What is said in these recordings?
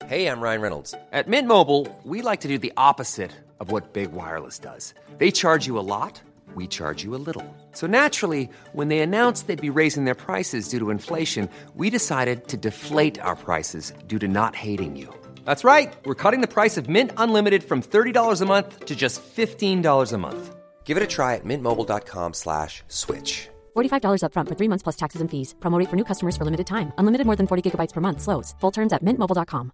Hey, I'm Ryan Reynolds. At Mint Mobile, we like to do the opposite of what Big Wireless does. They charge you a lot, we charge you a little. So naturally, when they announced they'd be raising their prices due to inflation, we decided to deflate our prices due to not hating you. That's right. We're cutting the price of Mint Unlimited from $30 a month to just $15 a month. Give it a try at mintmobile.com/switch. $45 up front for 3 months plus taxes and fees. Promo rate for new customers for limited time. Unlimited more than 40 gigabytes per month. Slows full terms at mintmobile.com.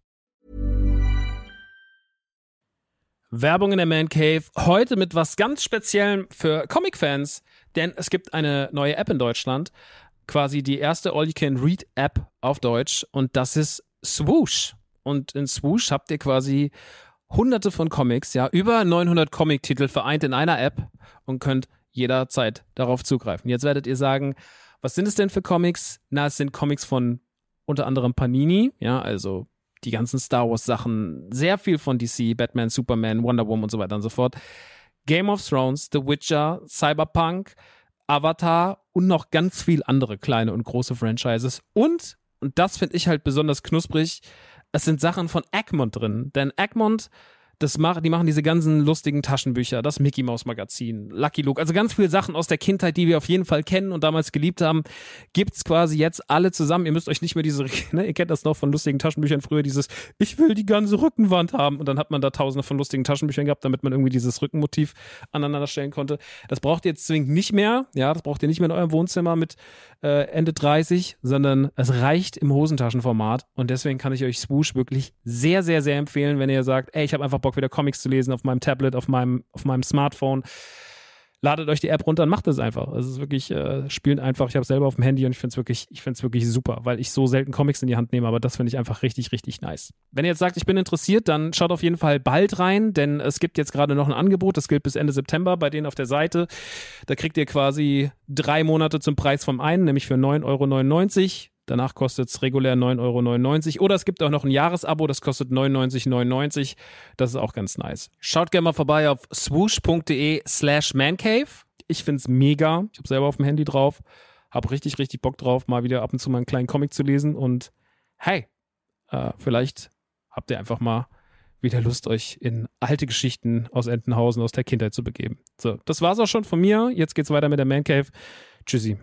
Werbung in der Man Cave. Heute mit was ganz Speziellem für Comic-Fans. Denn es gibt eine neue App in Deutschland. Quasi die erste All-You-Can-Read-App auf Deutsch. Und das ist Swoosh. Und in Swoosh habt ihr quasi hunderte von Comics. Ja, über 900 Comic-Titel vereint in einer App. Und könnt jederzeit darauf zugreifen. Jetzt werdet ihr sagen, was sind es denn für Comics? Na, es sind Comics von unter anderem Panini. Ja, also die ganzen Star Wars Sachen, sehr viel von DC, Batman, Superman, Wonder Woman und so weiter und so fort. Game of Thrones, The Witcher, Cyberpunk, Avatar und noch ganz viel andere kleine und große Franchises. Und das finde ich halt besonders knusprig, es sind Sachen von Egmont drin. Denn Egmont, die machen diese ganzen lustigen Taschenbücher, das Mickey Mouse Magazin, Lucky Luke, also ganz viele Sachen aus der Kindheit, die wir auf jeden Fall kennen und damals geliebt haben, gibt's quasi jetzt alle zusammen. Ihr müsst euch nicht mehr ihr kennt das noch von lustigen Taschenbüchern früher, dieses, ich will die ganze Rückenwand haben und dann hat man da tausende von lustigen Taschenbüchern gehabt, damit man irgendwie dieses Rückenmotiv aneinander stellen konnte. Das braucht ihr jetzt zwingend nicht mehr, ja, das braucht ihr nicht mehr in eurem Wohnzimmer mit Ende 30, sondern es reicht im Hosentaschenformat und deswegen kann ich euch Swoosh wirklich sehr, sehr, sehr empfehlen, wenn ihr sagt, ey, ich habe einfach Bock wieder Comics zu lesen auf meinem Tablet, auf meinem Smartphone. Ladet euch die App runter und macht es einfach. Es ist wirklich, spielt einfach. Ich habe es selber auf dem Handy und ich finde es wirklich super, weil ich so selten Comics in die Hand nehme, aber das finde ich einfach richtig, richtig nice. Wenn ihr jetzt sagt, ich bin interessiert, dann schaut auf jeden Fall bald rein, denn es gibt jetzt gerade noch ein Angebot, das gilt bis Ende September bei denen auf der Seite. Da kriegt ihr quasi 3 Monate zum Preis vom einen, nämlich für 9,99 €. Danach kostet es regulär 9,99 € oder es gibt auch noch ein Jahresabo, das kostet 99,99 €. Das ist auch ganz nice. Schaut gerne mal vorbei auf swoosh.de/mancave. Ich find's mega. Ich habe selber auf dem Handy drauf. Hab richtig, richtig Bock drauf, mal wieder ab und zu mal einen kleinen Comic zu lesen und hey, vielleicht habt ihr einfach mal wieder Lust, euch in alte Geschichten aus Entenhausen, aus der Kindheit zu begeben. So, das war's auch schon von mir. Jetzt geht's weiter mit der Man Cave. Tschüssi.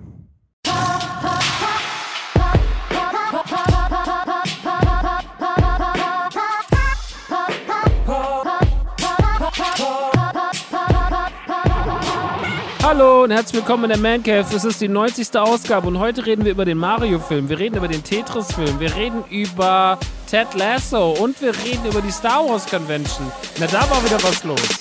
Hallo und herzlich willkommen in der Man Cave. Es ist die 90. Ausgabe und heute reden wir über den Mario-Film, wir reden über den Tetris-Film, wir reden über Ted Lasso und wir reden über die Star Wars Convention. Na, da war wieder was los.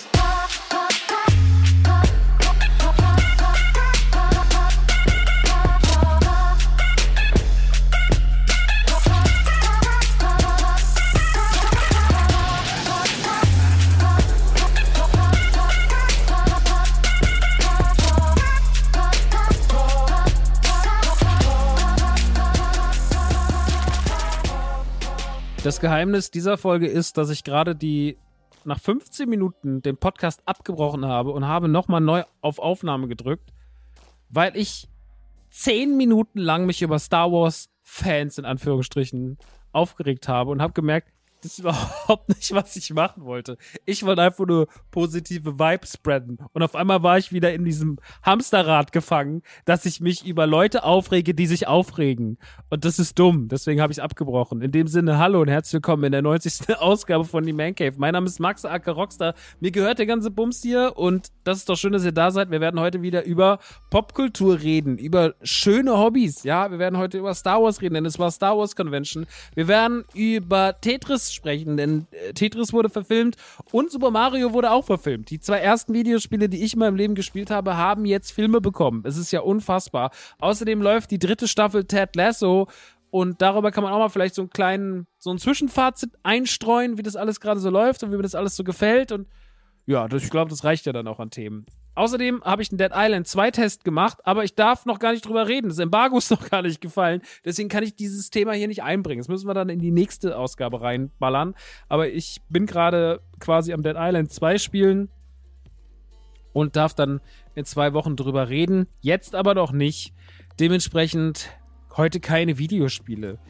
Das Geheimnis dieser Folge ist, dass ich gerade nach 15 Minuten den Podcast abgebrochen habe und habe nochmal neu auf Aufnahme gedrückt, weil ich 10 Minuten lang mich über Star Wars Fans in Anführungsstrichen aufgeregt habe und habe gemerkt, das ist überhaupt nicht, was ich machen wollte. Ich wollte einfach nur positive Vibes spreaden. Und auf einmal war ich wieder in diesem Hamsterrad gefangen, dass ich mich über Leute aufrege, die sich aufregen. Und das ist dumm. Deswegen habe ich es abgebrochen. In dem Sinne, hallo und herzlich willkommen in der 90. Ausgabe von Die Man Cave. Mein Name ist Max aka Rockstar. Mir gehört der ganze Bums hier und das ist doch schön, dass ihr da seid. Wir werden heute wieder über Popkultur reden, über schöne Hobbys. Ja, wir werden heute über Star Wars reden, denn es war Star Wars Convention. Wir werden über Tetris sprechen, denn Tetris wurde verfilmt und Super Mario wurde auch verfilmt. Die 2 ersten Videospiele, die ich in meinem Leben gespielt habe, haben jetzt Filme bekommen. Es ist ja unfassbar. Außerdem läuft die 3. Staffel Ted Lasso und darüber kann man auch mal vielleicht so ein Zwischenfazit einstreuen, wie das alles gerade so läuft und wie mir das alles so gefällt und ja, ich glaube, das reicht ja dann auch an Themen. Außerdem habe ich einen Dead Island 2 Test gemacht, aber ich darf noch gar nicht drüber reden. Das Embargo ist noch gar nicht gefallen. Deswegen kann ich dieses Thema hier nicht einbringen. Das müssen wir dann in die nächste Ausgabe reinballern. Aber ich bin gerade quasi am Dead Island 2 spielen und darf dann in 2 Wochen drüber reden. Jetzt aber noch nicht. Dementsprechend heute keine Videospiele.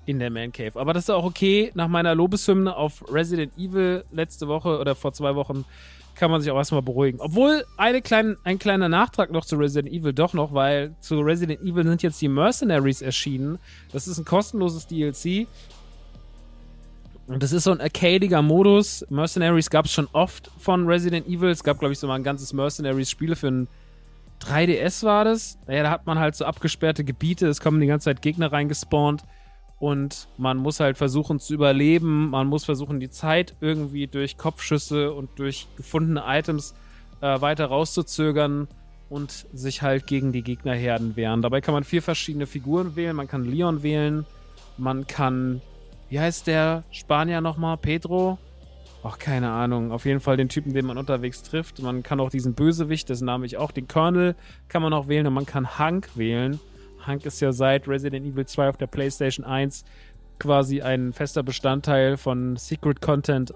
in der Man Cave. Aber das ist auch okay. Nach meiner Lobeshymne auf Resident Evil letzte Woche oder vor 2 Wochen kann man sich auch erstmal beruhigen. Obwohl, ein kleiner Nachtrag noch zu Resident Evil doch noch, weil zu Resident Evil sind jetzt die Mercenaries erschienen. Das ist ein kostenloses DLC. Und das ist so ein arcadiger Modus. Mercenaries gab es schon oft von Resident Evil. Es gab, glaube ich, so mal ein ganzes Mercenaries-Spiel für ein 3DS war das. Naja, da hat man halt so abgesperrte Gebiete. Es kommen die ganze Zeit Gegner reingespawnt. Und man muss halt versuchen zu überleben. Man muss versuchen, die Zeit irgendwie durch Kopfschüsse und durch gefundene Items weiter rauszuzögern und sich halt gegen die Gegnerherden wehren. Dabei kann man 4 verschiedene Figuren wählen. Man kann Leon wählen. Man kann, wie heißt der Spanier nochmal? Pedro? Ach, keine Ahnung. Auf jeden Fall den Typen, den man unterwegs trifft. Man kann auch diesen Bösewicht, dessen Name ich auch, den Colonel, kann man auch wählen. Und man kann Hank wählen. Hank ist ja seit Resident Evil 2 auf der PlayStation 1 quasi ein fester Bestandteil von Secret Content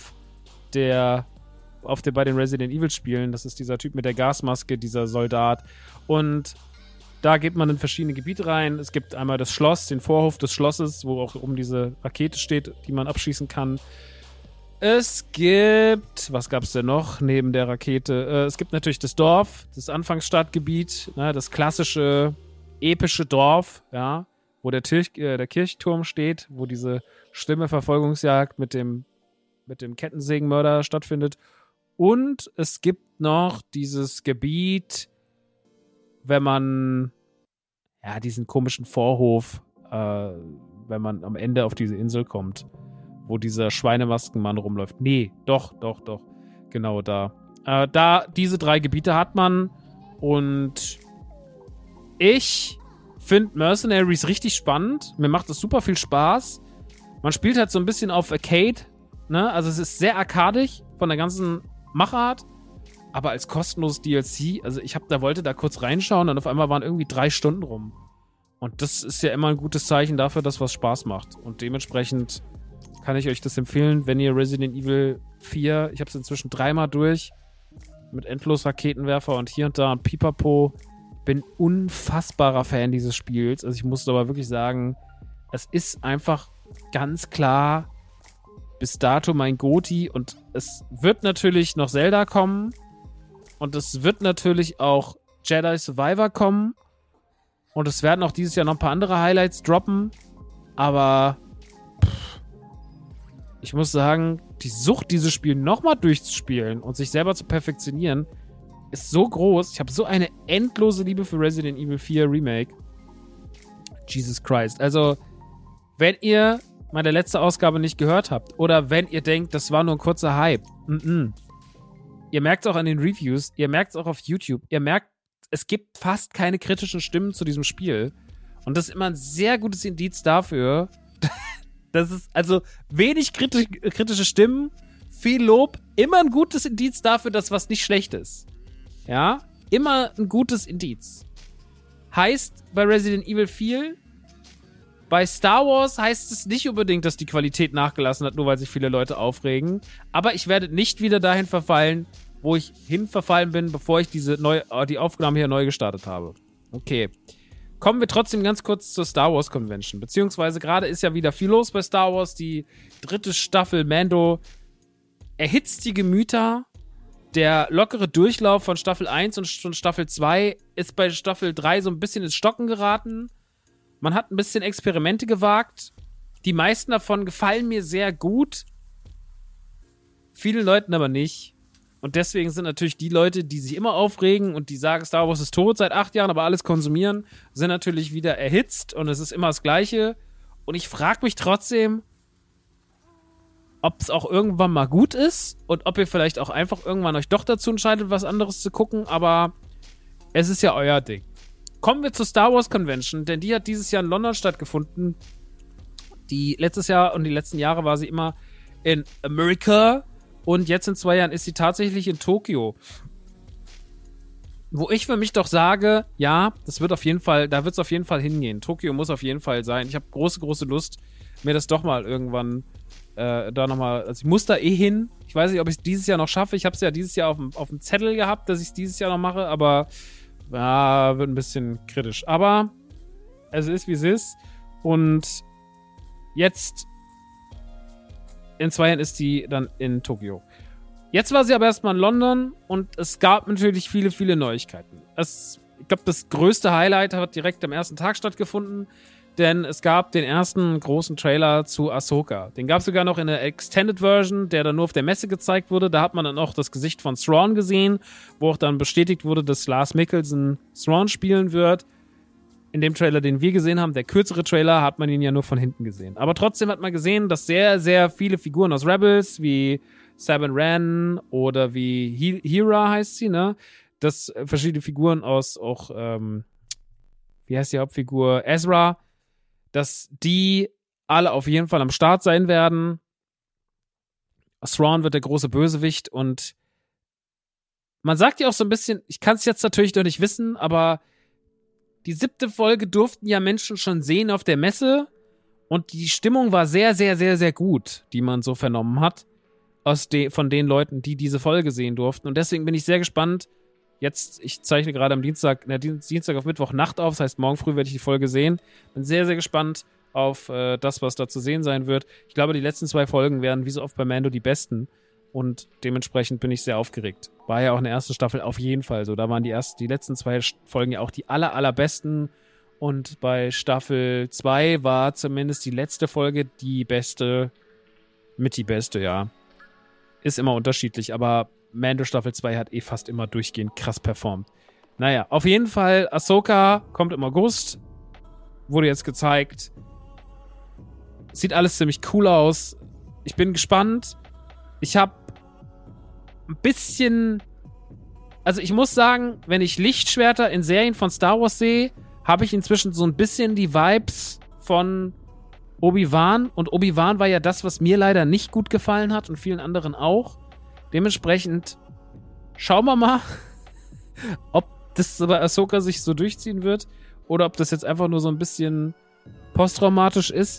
bei den Resident Evil Spielen. Das ist dieser Typ mit der Gasmaske, dieser Soldat. Und da geht man in verschiedene Gebiete rein. Es gibt einmal das Schloss, den Vorhof des Schlosses, wo auch oben diese Rakete steht, die man abschießen kann. Es gibt, was gab es denn noch neben der Rakete? Es gibt natürlich das Dorf, das Anfangsstartgebiet, ne, das klassische epische Dorf, ja, wo der Kirchturm steht, wo diese schlimme Verfolgungsjagd mit dem Kettensägenmörder stattfindet. Und es gibt noch dieses Gebiet, wenn man, ja, diesen komischen Vorhof, wenn man am Ende auf diese Insel kommt, wo dieser Schweinemaskenmann rumläuft. Nee, doch. Genau da. Diese 3 Gebiete hat man und ich finde Mercenaries richtig spannend. Mir macht es super viel Spaß. Man spielt halt so ein bisschen auf Arcade, ne? Also es ist sehr arkadig von der ganzen Machart, aber als kostenloses DLC, also wollte da kurz reinschauen und auf einmal waren irgendwie 3 Stunden rum. Und das ist ja immer ein gutes Zeichen dafür, dass was Spaß macht. Und dementsprechend kann ich euch das empfehlen, wenn ihr Resident Evil 4, ich habe es inzwischen 3-mal durch, mit endlos Raketenwerfer und hier und da und Pipapo, bin unfassbarer Fan dieses Spiels. Also ich muss aber wirklich sagen, es ist einfach ganz klar bis dato mein Goti und es wird natürlich noch Zelda kommen und es wird natürlich auch Jedi Survivor kommen und es werden auch dieses Jahr noch ein paar andere Highlights droppen, aber ich muss sagen, die Sucht, dieses Spiel nochmal durchzuspielen und sich selber zu perfektionieren, ist so groß. Ich habe so eine endlose Liebe für Resident Evil 4 Remake. Jesus Christ. Also, wenn ihr meine letzte Ausgabe nicht gehört habt oder wenn ihr denkt, das war nur ein kurzer Hype, ihr merkt es auch an den Reviews, ihr merkt es auch auf YouTube, ihr merkt, es gibt fast keine kritischen Stimmen zu diesem Spiel. Und das ist immer ein sehr gutes Indiz dafür, dass es, also wenig kritische Stimmen, viel Lob, immer ein gutes Indiz dafür, dass was nicht schlecht ist. Ja, immer ein gutes Indiz. Heißt bei Resident Evil 4, bei Star Wars heißt es nicht unbedingt, dass die Qualität nachgelassen hat, nur weil sich viele Leute aufregen. Aber ich werde nicht wieder dahin verfallen, wo ich hinverfallen bin, bevor ich die Aufnahme hier neu gestartet habe. Okay. Kommen wir trotzdem ganz kurz zur Star Wars Convention. Beziehungsweise gerade ist ja wieder viel los bei Star Wars. Die 3. Staffel Mando erhitzt die Gemüter. Der lockere Durchlauf von Staffel 1 und von Staffel 2 ist bei Staffel 3 so ein bisschen ins Stocken geraten. Man hat ein bisschen Experimente gewagt. Die meisten davon gefallen mir sehr gut. Vielen Leuten aber nicht. Und deswegen sind natürlich die Leute, die sich immer aufregen und die sagen, Star Wars ist tot seit 8 Jahren, aber alles konsumieren, sind natürlich wieder erhitzt und es ist immer das Gleiche. Und ich frage mich trotzdem, ob es auch irgendwann mal gut ist und ob ihr vielleicht auch einfach irgendwann euch doch dazu entscheidet, was anderes zu gucken, aber es ist ja euer Ding. Kommen wir zur Star Wars Convention, denn die hat dieses Jahr in London stattgefunden. Letztes Jahr und die letzten Jahre war sie immer in Amerika und jetzt in 2 Jahren ist sie tatsächlich in Tokio. Wo ich für mich doch sage, ja, da wird es auf jeden Fall hingehen. Tokio muss auf jeden Fall sein. Ich habe große, große Lust, mir das doch mal irgendwann da nochmal, also ich muss da hin. Ich weiß nicht, ob ich es dieses Jahr noch schaffe. Ich habe es ja dieses Jahr auf dem Zettel gehabt, dass ich es dieses Jahr noch mache, aber ja, wird ein bisschen kritisch. Aber es ist, wie es ist. Und Jetzt in 2 Jahren ist die dann in Tokio. Jetzt war sie aber erstmal in London und es gab natürlich viele, viele Neuigkeiten. Ich glaube, das größte Highlight hat direkt am ersten Tag stattgefunden, denn es gab den ersten großen Trailer zu Ahsoka. Den gab es sogar noch in der Extended Version, der dann nur auf der Messe gezeigt wurde. Da hat man dann auch das Gesicht von Thrawn gesehen, wo auch dann bestätigt wurde, dass Lars Mikkelsen Thrawn spielen wird. In dem Trailer, den wir gesehen haben, der kürzere Trailer, hat man ihn ja nur von hinten gesehen. Aber trotzdem hat man gesehen, dass sehr, sehr viele Figuren aus Rebels, wie Sabine Wren oder wie Hera heißt sie, ne? Dass verschiedene Figuren aus auch, wie heißt die Hauptfigur? Ezra, dass die alle auf jeden Fall am Start sein werden. Thrawn wird der große Bösewicht und man sagt ja auch so ein bisschen, ich kann es jetzt natürlich noch nicht wissen, aber die 7. Folge durften ja Menschen schon sehen auf der Messe und die Stimmung war sehr, sehr, sehr, sehr gut, die man so vernommen hat von den Leuten, die diese Folge sehen durften. Und deswegen bin ich sehr gespannt. Jetzt, ich zeichne gerade am Dienstag auf Mittwochnacht auf, das heißt, morgen früh werde ich die Folge sehen. Bin sehr, sehr gespannt auf das, was da zu sehen sein wird. Ich glaube, die letzten 2 Folgen werden wie so oft bei Mando die besten. Und dementsprechend bin ich sehr aufgeregt. War ja auch in der ersten Staffel auf jeden Fall so. Da waren die letzten 2 Folgen ja auch die allerbesten. Und bei Staffel 2 war zumindest die letzte Folge die beste. Mit die beste, ja. Ist immer unterschiedlich, aber Mando Staffel 2 hat fast immer durchgehend krass performt. Naja, auf jeden Fall, Ahsoka kommt im August. Wurde jetzt gezeigt. Sieht alles ziemlich cool aus. Ich bin gespannt. Ich habe ein bisschen, also ich muss sagen, wenn ich Lichtschwerter in Serien von Star Wars sehe, habe ich inzwischen so ein bisschen die Vibes von Obi-Wan. Und Obi-Wan war ja das, was mir leider nicht gut gefallen hat und vielen anderen auch. Dementsprechend schauen wir mal, ob das bei Ahsoka sich so durchziehen wird oder ob das jetzt einfach nur so ein bisschen posttraumatisch ist.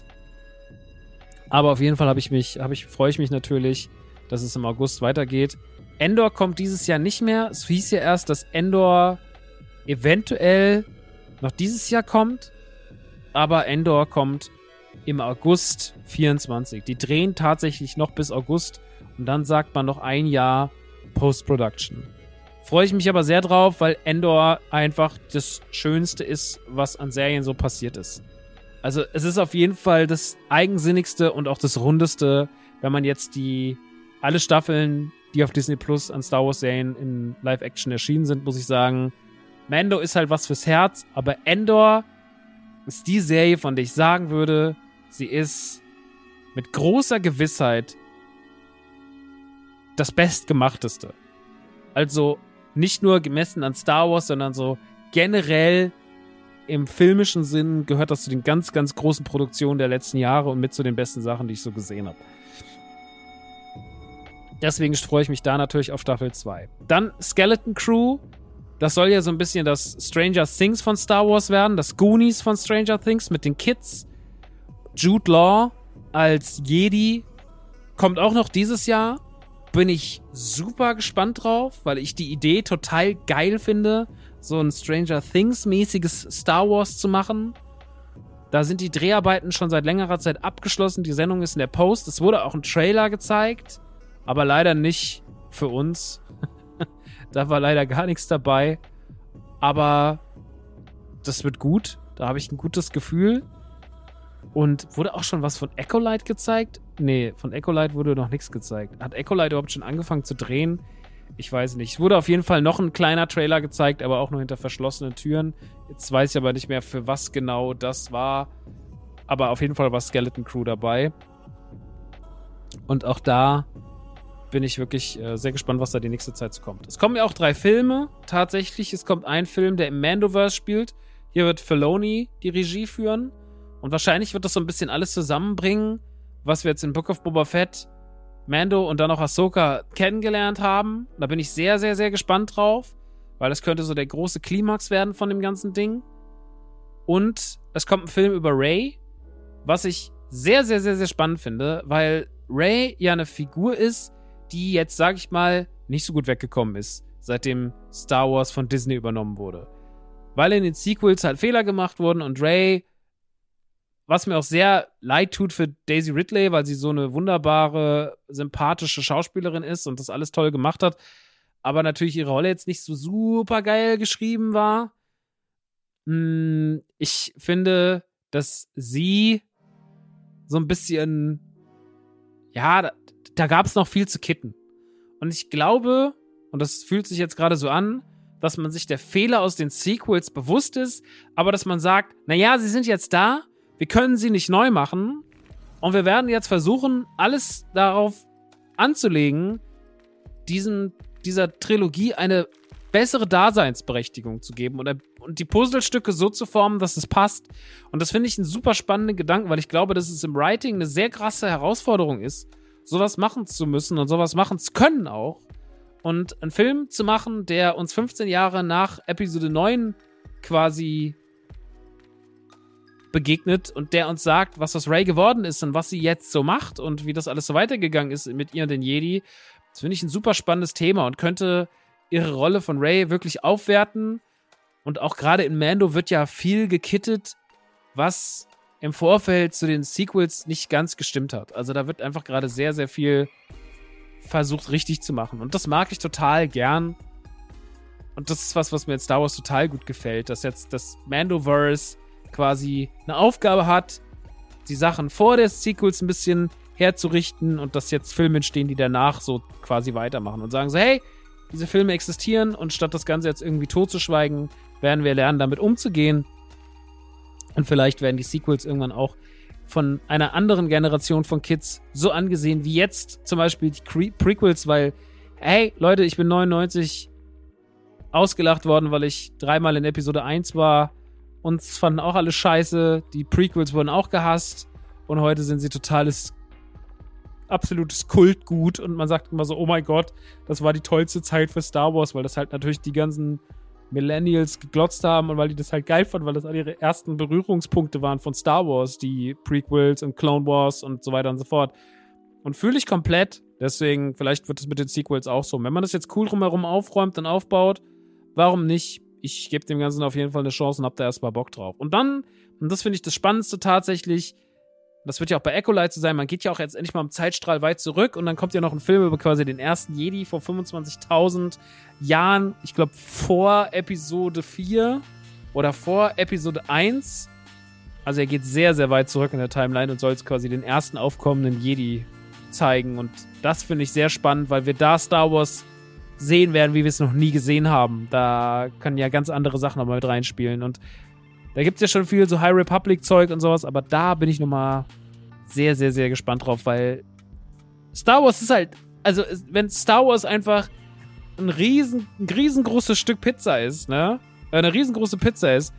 Aber auf jeden Fall freue ich mich natürlich, dass es im August weitergeht. Endor kommt dieses Jahr nicht mehr. Es hieß ja erst, dass Endor eventuell noch dieses Jahr kommt. Aber Endor kommt im August 24. Die drehen tatsächlich noch bis August. Und dann sagt man noch ein Jahr Post-Production. Freue ich mich aber sehr drauf, weil Endor einfach das Schönste ist, was an Serien so passiert ist. Also es ist auf jeden Fall das Eigensinnigste und auch das Rundeste, wenn man jetzt alle Staffeln, die auf Disney Plus an Star Wars Serien in Live-Action erschienen sind, muss ich sagen, Mando ist halt was fürs Herz, aber Endor ist die Serie, von der ich sagen würde, sie ist mit großer Gewissheit das Bestgemachteste. Also nicht nur gemessen an Star Wars, sondern so generell im filmischen Sinn gehört das zu den ganz, ganz großen Produktionen der letzten Jahre und mit zu den besten Sachen, die ich so gesehen habe. Deswegen freue ich mich da natürlich auf Staffel 2. Dann Skeleton Crew. Das soll ja so ein bisschen das Stranger Things von Star Wars werden. Das Goonies von Stranger Things mit den Kids. Jude Law als Jedi kommt auch noch dieses Jahr. Bin ich super gespannt drauf, weil ich die Idee total geil finde, so ein Stranger Things-mäßiges Star Wars zu machen. Da sind die Dreharbeiten schon seit längerer Zeit abgeschlossen. Die Sendung ist in der Post. Es wurde auch ein Trailer gezeigt, aber leider nicht für uns. Da war leider gar nichts dabei. Aber das wird gut. Da habe ich ein gutes Gefühl. Und wurde auch schon was von Acolyte gezeigt? Nee, von Acolyte wurde noch nichts gezeigt. Hat Acolyte überhaupt schon angefangen zu drehen? Ich weiß nicht. Es wurde auf jeden Fall noch ein kleiner Trailer gezeigt, aber auch nur hinter verschlossenen Türen. Jetzt weiß ich aber nicht mehr, für was genau das war. Aber auf jeden Fall war Skeleton Crew dabei. Und auch da bin ich wirklich sehr gespannt, was da die nächste Zeit kommt. Es kommen ja auch 3 Filme. Tatsächlich, es kommt ein Film, der im Mandoverse spielt. Hier wird Filoni die Regie führen. Und wahrscheinlich wird das so ein bisschen alles zusammenbringen, was wir jetzt in Book of Boba Fett, Mando und dann auch Ahsoka kennengelernt haben. Da bin ich sehr, sehr, sehr gespannt drauf, weil das könnte so der große Klimax werden von dem ganzen Ding. Und es kommt ein Film über Rey, was ich sehr, sehr, sehr, sehr spannend finde, weil Rey ja eine Figur ist, die jetzt, sag ich mal, nicht so gut weggekommen ist, seitdem Star Wars von Disney übernommen wurde. Weil in den Sequels halt Fehler gemacht wurden und Rey was mir auch sehr leid tut für Daisy Ridley, weil sie so eine wunderbare, sympathische Schauspielerin ist und das alles toll gemacht hat, aber natürlich ihre Rolle jetzt nicht so super geil geschrieben war. Ich finde, dass sie so ein bisschen, ja, da gab es noch viel zu kitten. Und ich glaube, und das fühlt sich jetzt gerade so an, dass man sich der Fehler aus den Sequels bewusst ist, aber dass man sagt, naja, sie sind jetzt da, wir können sie nicht neu machen und wir werden jetzt versuchen, alles darauf anzulegen, dieser Trilogie eine bessere Daseinsberechtigung zu geben und die Puzzlestücke so zu formen, dass es passt. Und das finde ich einen super spannenden Gedanken, weil ich glaube, dass es im Writing eine sehr krasse Herausforderung ist, sowas machen zu müssen und sowas machen zu können auch. Und einen Film zu machen, der uns 15 Jahre nach Episode 9 quasi begegnet und der uns sagt, was aus Rey geworden ist und was sie jetzt so macht und wie das alles so weitergegangen ist mit ihr und den Jedi. Das finde ich ein super spannendes Thema und könnte ihre Rolle von Rey wirklich aufwerten. Und auch gerade in Mando wird ja viel gekittet, was im Vorfeld zu den Sequels nicht ganz gestimmt hat. Also da wird einfach gerade sehr, sehr viel versucht richtig zu machen. Und das mag ich total gern. Und das ist was mir in Star Wars total gut gefällt, dass jetzt das Mandoverse quasi eine Aufgabe hat, die Sachen vor der Sequels ein bisschen herzurichten und dass jetzt Filme entstehen, die danach so quasi weitermachen und sagen so, hey, diese Filme existieren und statt das Ganze jetzt irgendwie totzuschweigen, werden wir lernen, damit umzugehen. Und vielleicht werden die Sequels irgendwann auch von einer anderen Generation von Kids so angesehen wie jetzt zum Beispiel die Prequels, weil, hey, Leute, ich bin 99 ausgelacht worden, weil ich 3-mal in Episode 1 war. Uns fanden auch alle scheiße. Die Prequels wurden auch gehasst. Und heute sind sie absolutes Kultgut. Und man sagt immer so, oh mein Gott, das war die tollste Zeit für Star Wars, weil das halt natürlich die ganzen Millennials geglotzt haben und weil die das halt geil fanden, weil das alle ihre ersten Berührungspunkte waren von Star Wars, die Prequels und Clone Wars und so weiter und so fort. Und fühle ich komplett. Deswegen, vielleicht wird es mit den Sequels auch so. Wenn man das jetzt cool drumherum aufräumt und aufbaut, warum nicht? Ich gebe dem Ganzen auf jeden Fall eine Chance und hab da erstmal Bock drauf. Und dann, und das finde ich das Spannendste tatsächlich, das wird ja auch bei Acolyte so sein, man geht ja auch jetzt endlich mal im Zeitstrahl weit zurück und dann kommt ja noch ein Film über quasi den ersten Jedi vor 25.000 Jahren, ich glaube vor Episode 4 oder vor Episode 1. Also er geht sehr, sehr weit zurück in der Timeline und soll jetzt quasi den ersten aufkommenden Jedi zeigen und das finde ich sehr spannend, weil wir da Star Wars sehen werden, wie wir es noch nie gesehen haben. Da können ja ganz andere Sachen nochmal mit reinspielen und da gibt es ja schon viel so High Republic-Zeug und sowas, aber da bin ich nochmal sehr, sehr, sehr gespannt drauf, weil Star Wars ist halt, also wenn Star Wars einfach ein riesengroßes Stück Pizza ist, ne? Eine riesengroße Pizza ist,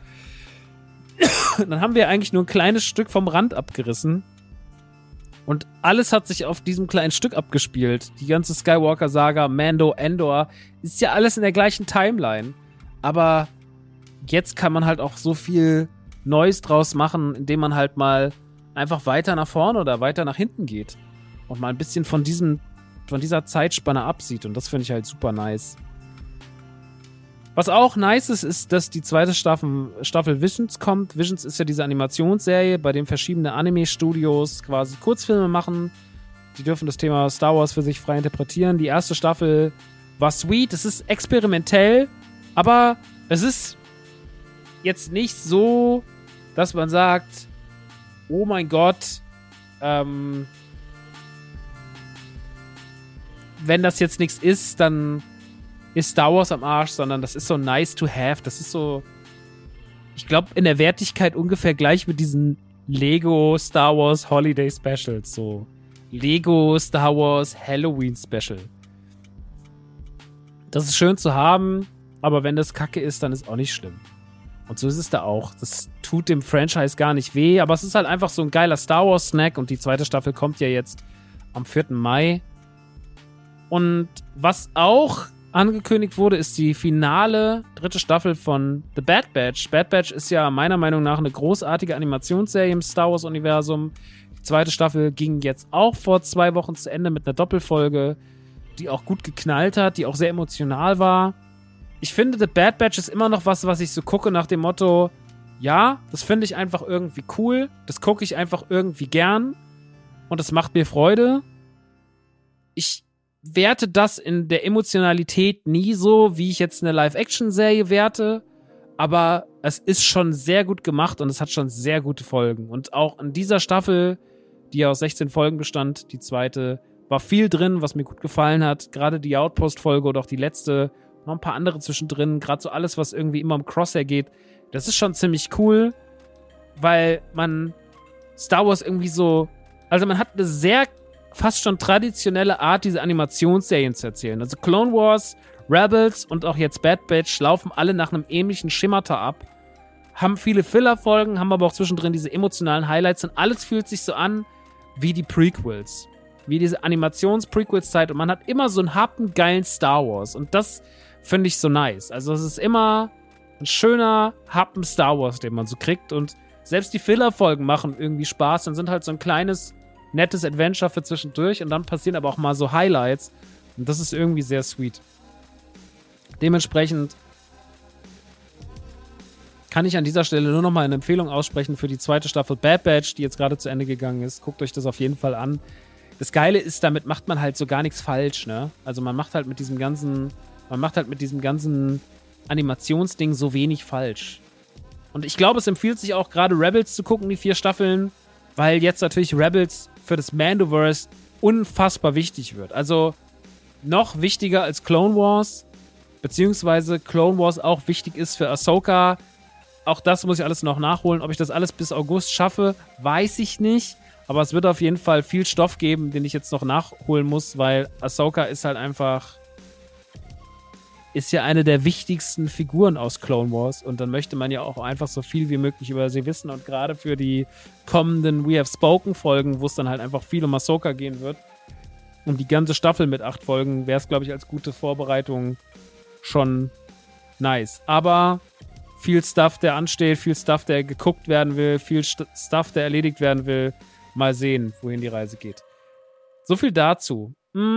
dann haben wir eigentlich nur ein kleines Stück vom Rand abgerissen und alles hat sich auf diesem kleinen Stück abgespielt. Die ganze Skywalker-Saga, Mando, Endor, ist ja alles in der gleichen Timeline, aber jetzt kann man halt auch so viel Neues draus machen, indem man halt mal einfach weiter nach vorne oder weiter nach hinten geht und mal ein bisschen von dieser Zeitspanne absieht und das finde ich halt super nice. Was auch nice ist, dass die zweite Staffel Visions kommt. Visions ist ja diese Animationsserie, bei dem verschiedene Anime-Studios quasi Kurzfilme machen. Die dürfen das Thema Star Wars für sich frei interpretieren. Die erste Staffel war sweet, es ist experimentell, aber es ist jetzt nicht so, dass man sagt, oh mein Gott, wenn das jetzt nichts ist, dann ist Star Wars am Arsch, sondern das ist so nice to have. Das ist so, ich glaube, in der Wertigkeit ungefähr gleich mit diesen Lego Star Wars Holiday Specials. So Lego Star Wars Halloween Special. Das ist schön zu haben, aber wenn das Kacke ist, dann ist auch nicht schlimm. Und so ist es da auch. Das tut dem Franchise gar nicht weh, aber es ist halt einfach so ein geiler Star Wars Snack und die zweite Staffel kommt ja jetzt am 4. Mai. Und was auch angekündigt wurde, ist die finale 3. Staffel von The Bad Batch. Bad Batch ist ja meiner Meinung nach eine großartige Animationsserie im Star Wars Universum. Die zweite Staffel ging jetzt auch vor 2 Wochen zu Ende mit einer Doppelfolge, die auch gut geknallt hat, die auch sehr emotional war. Ich finde, The Bad Batch ist immer noch was ich so gucke nach dem Motto, ja, das finde ich einfach irgendwie cool. Das gucke ich einfach irgendwie gern. Und das macht mir Freude. Ich werte das in der Emotionalität nie so, wie ich jetzt eine Live-Action-Serie werte. Aber es ist schon sehr gut gemacht und es hat schon sehr gute Folgen. Und auch in dieser Staffel, die ja aus 16 Folgen bestand, die zweite, war viel drin, was mir gut gefallen hat. Gerade die Outpost-Folge oder auch die letzte, noch ein paar andere zwischendrin. Gerade so alles, was irgendwie immer um Crosshair geht. Das ist schon ziemlich cool, weil man Star Wars irgendwie so, also man hat eine sehr fast schon traditionelle Art, diese Animationsserien zu erzählen. Also Clone Wars, Rebels und auch jetzt Bad Batch laufen alle nach einem ähnlichen Schemata ab, haben viele Filler-Folgen, haben aber auch zwischendrin diese emotionalen Highlights und alles fühlt sich so an wie die Prequels, wie diese Animations-Prequels-Zeit und man hat immer so einen happengeilen Star Wars und das finde ich so nice. Also es ist immer ein schöner Happen Star Wars, den man so kriegt und selbst die Filler-Folgen machen irgendwie Spaß und sind halt so ein kleines, nettes Adventure für zwischendurch und dann passieren aber auch mal so Highlights und das ist irgendwie sehr sweet. Dementsprechend kann ich an dieser Stelle nur noch mal eine Empfehlung aussprechen für die zweite Staffel Bad Batch, die jetzt gerade zu Ende gegangen ist. Guckt euch das auf jeden Fall an. Das Geile ist, damit macht man halt so gar nichts falsch, ne? Also man macht halt mit diesem ganzen Animationsding so wenig falsch. Und ich glaube, es empfiehlt sich auch gerade Rebels zu gucken, die 4 Staffeln, weil jetzt natürlich Rebels für das Mandoverse unfassbar wichtig wird. Also noch wichtiger als Clone Wars, beziehungsweise Clone Wars auch wichtig ist für Ahsoka. Auch das muss ich alles noch nachholen. Ob ich das alles bis August schaffe, weiß ich nicht. Aber es wird auf jeden Fall viel Stoff geben, den ich jetzt noch nachholen muss, weil Ahsoka ist halt einfach, ist ja eine der wichtigsten Figuren aus Clone Wars und dann möchte man ja auch einfach so viel wie möglich über sie wissen und gerade für die kommenden We Have Spoken Folgen, wo es dann halt einfach viel um Ahsoka gehen wird, um die ganze Staffel mit 8 Folgen, wäre es, glaube ich, als gute Vorbereitung schon nice. Aber viel Stuff, der ansteht, viel Stuff, der geguckt werden will, viel Stuff, der erledigt werden will. Mal sehen, wohin die Reise geht. So viel dazu.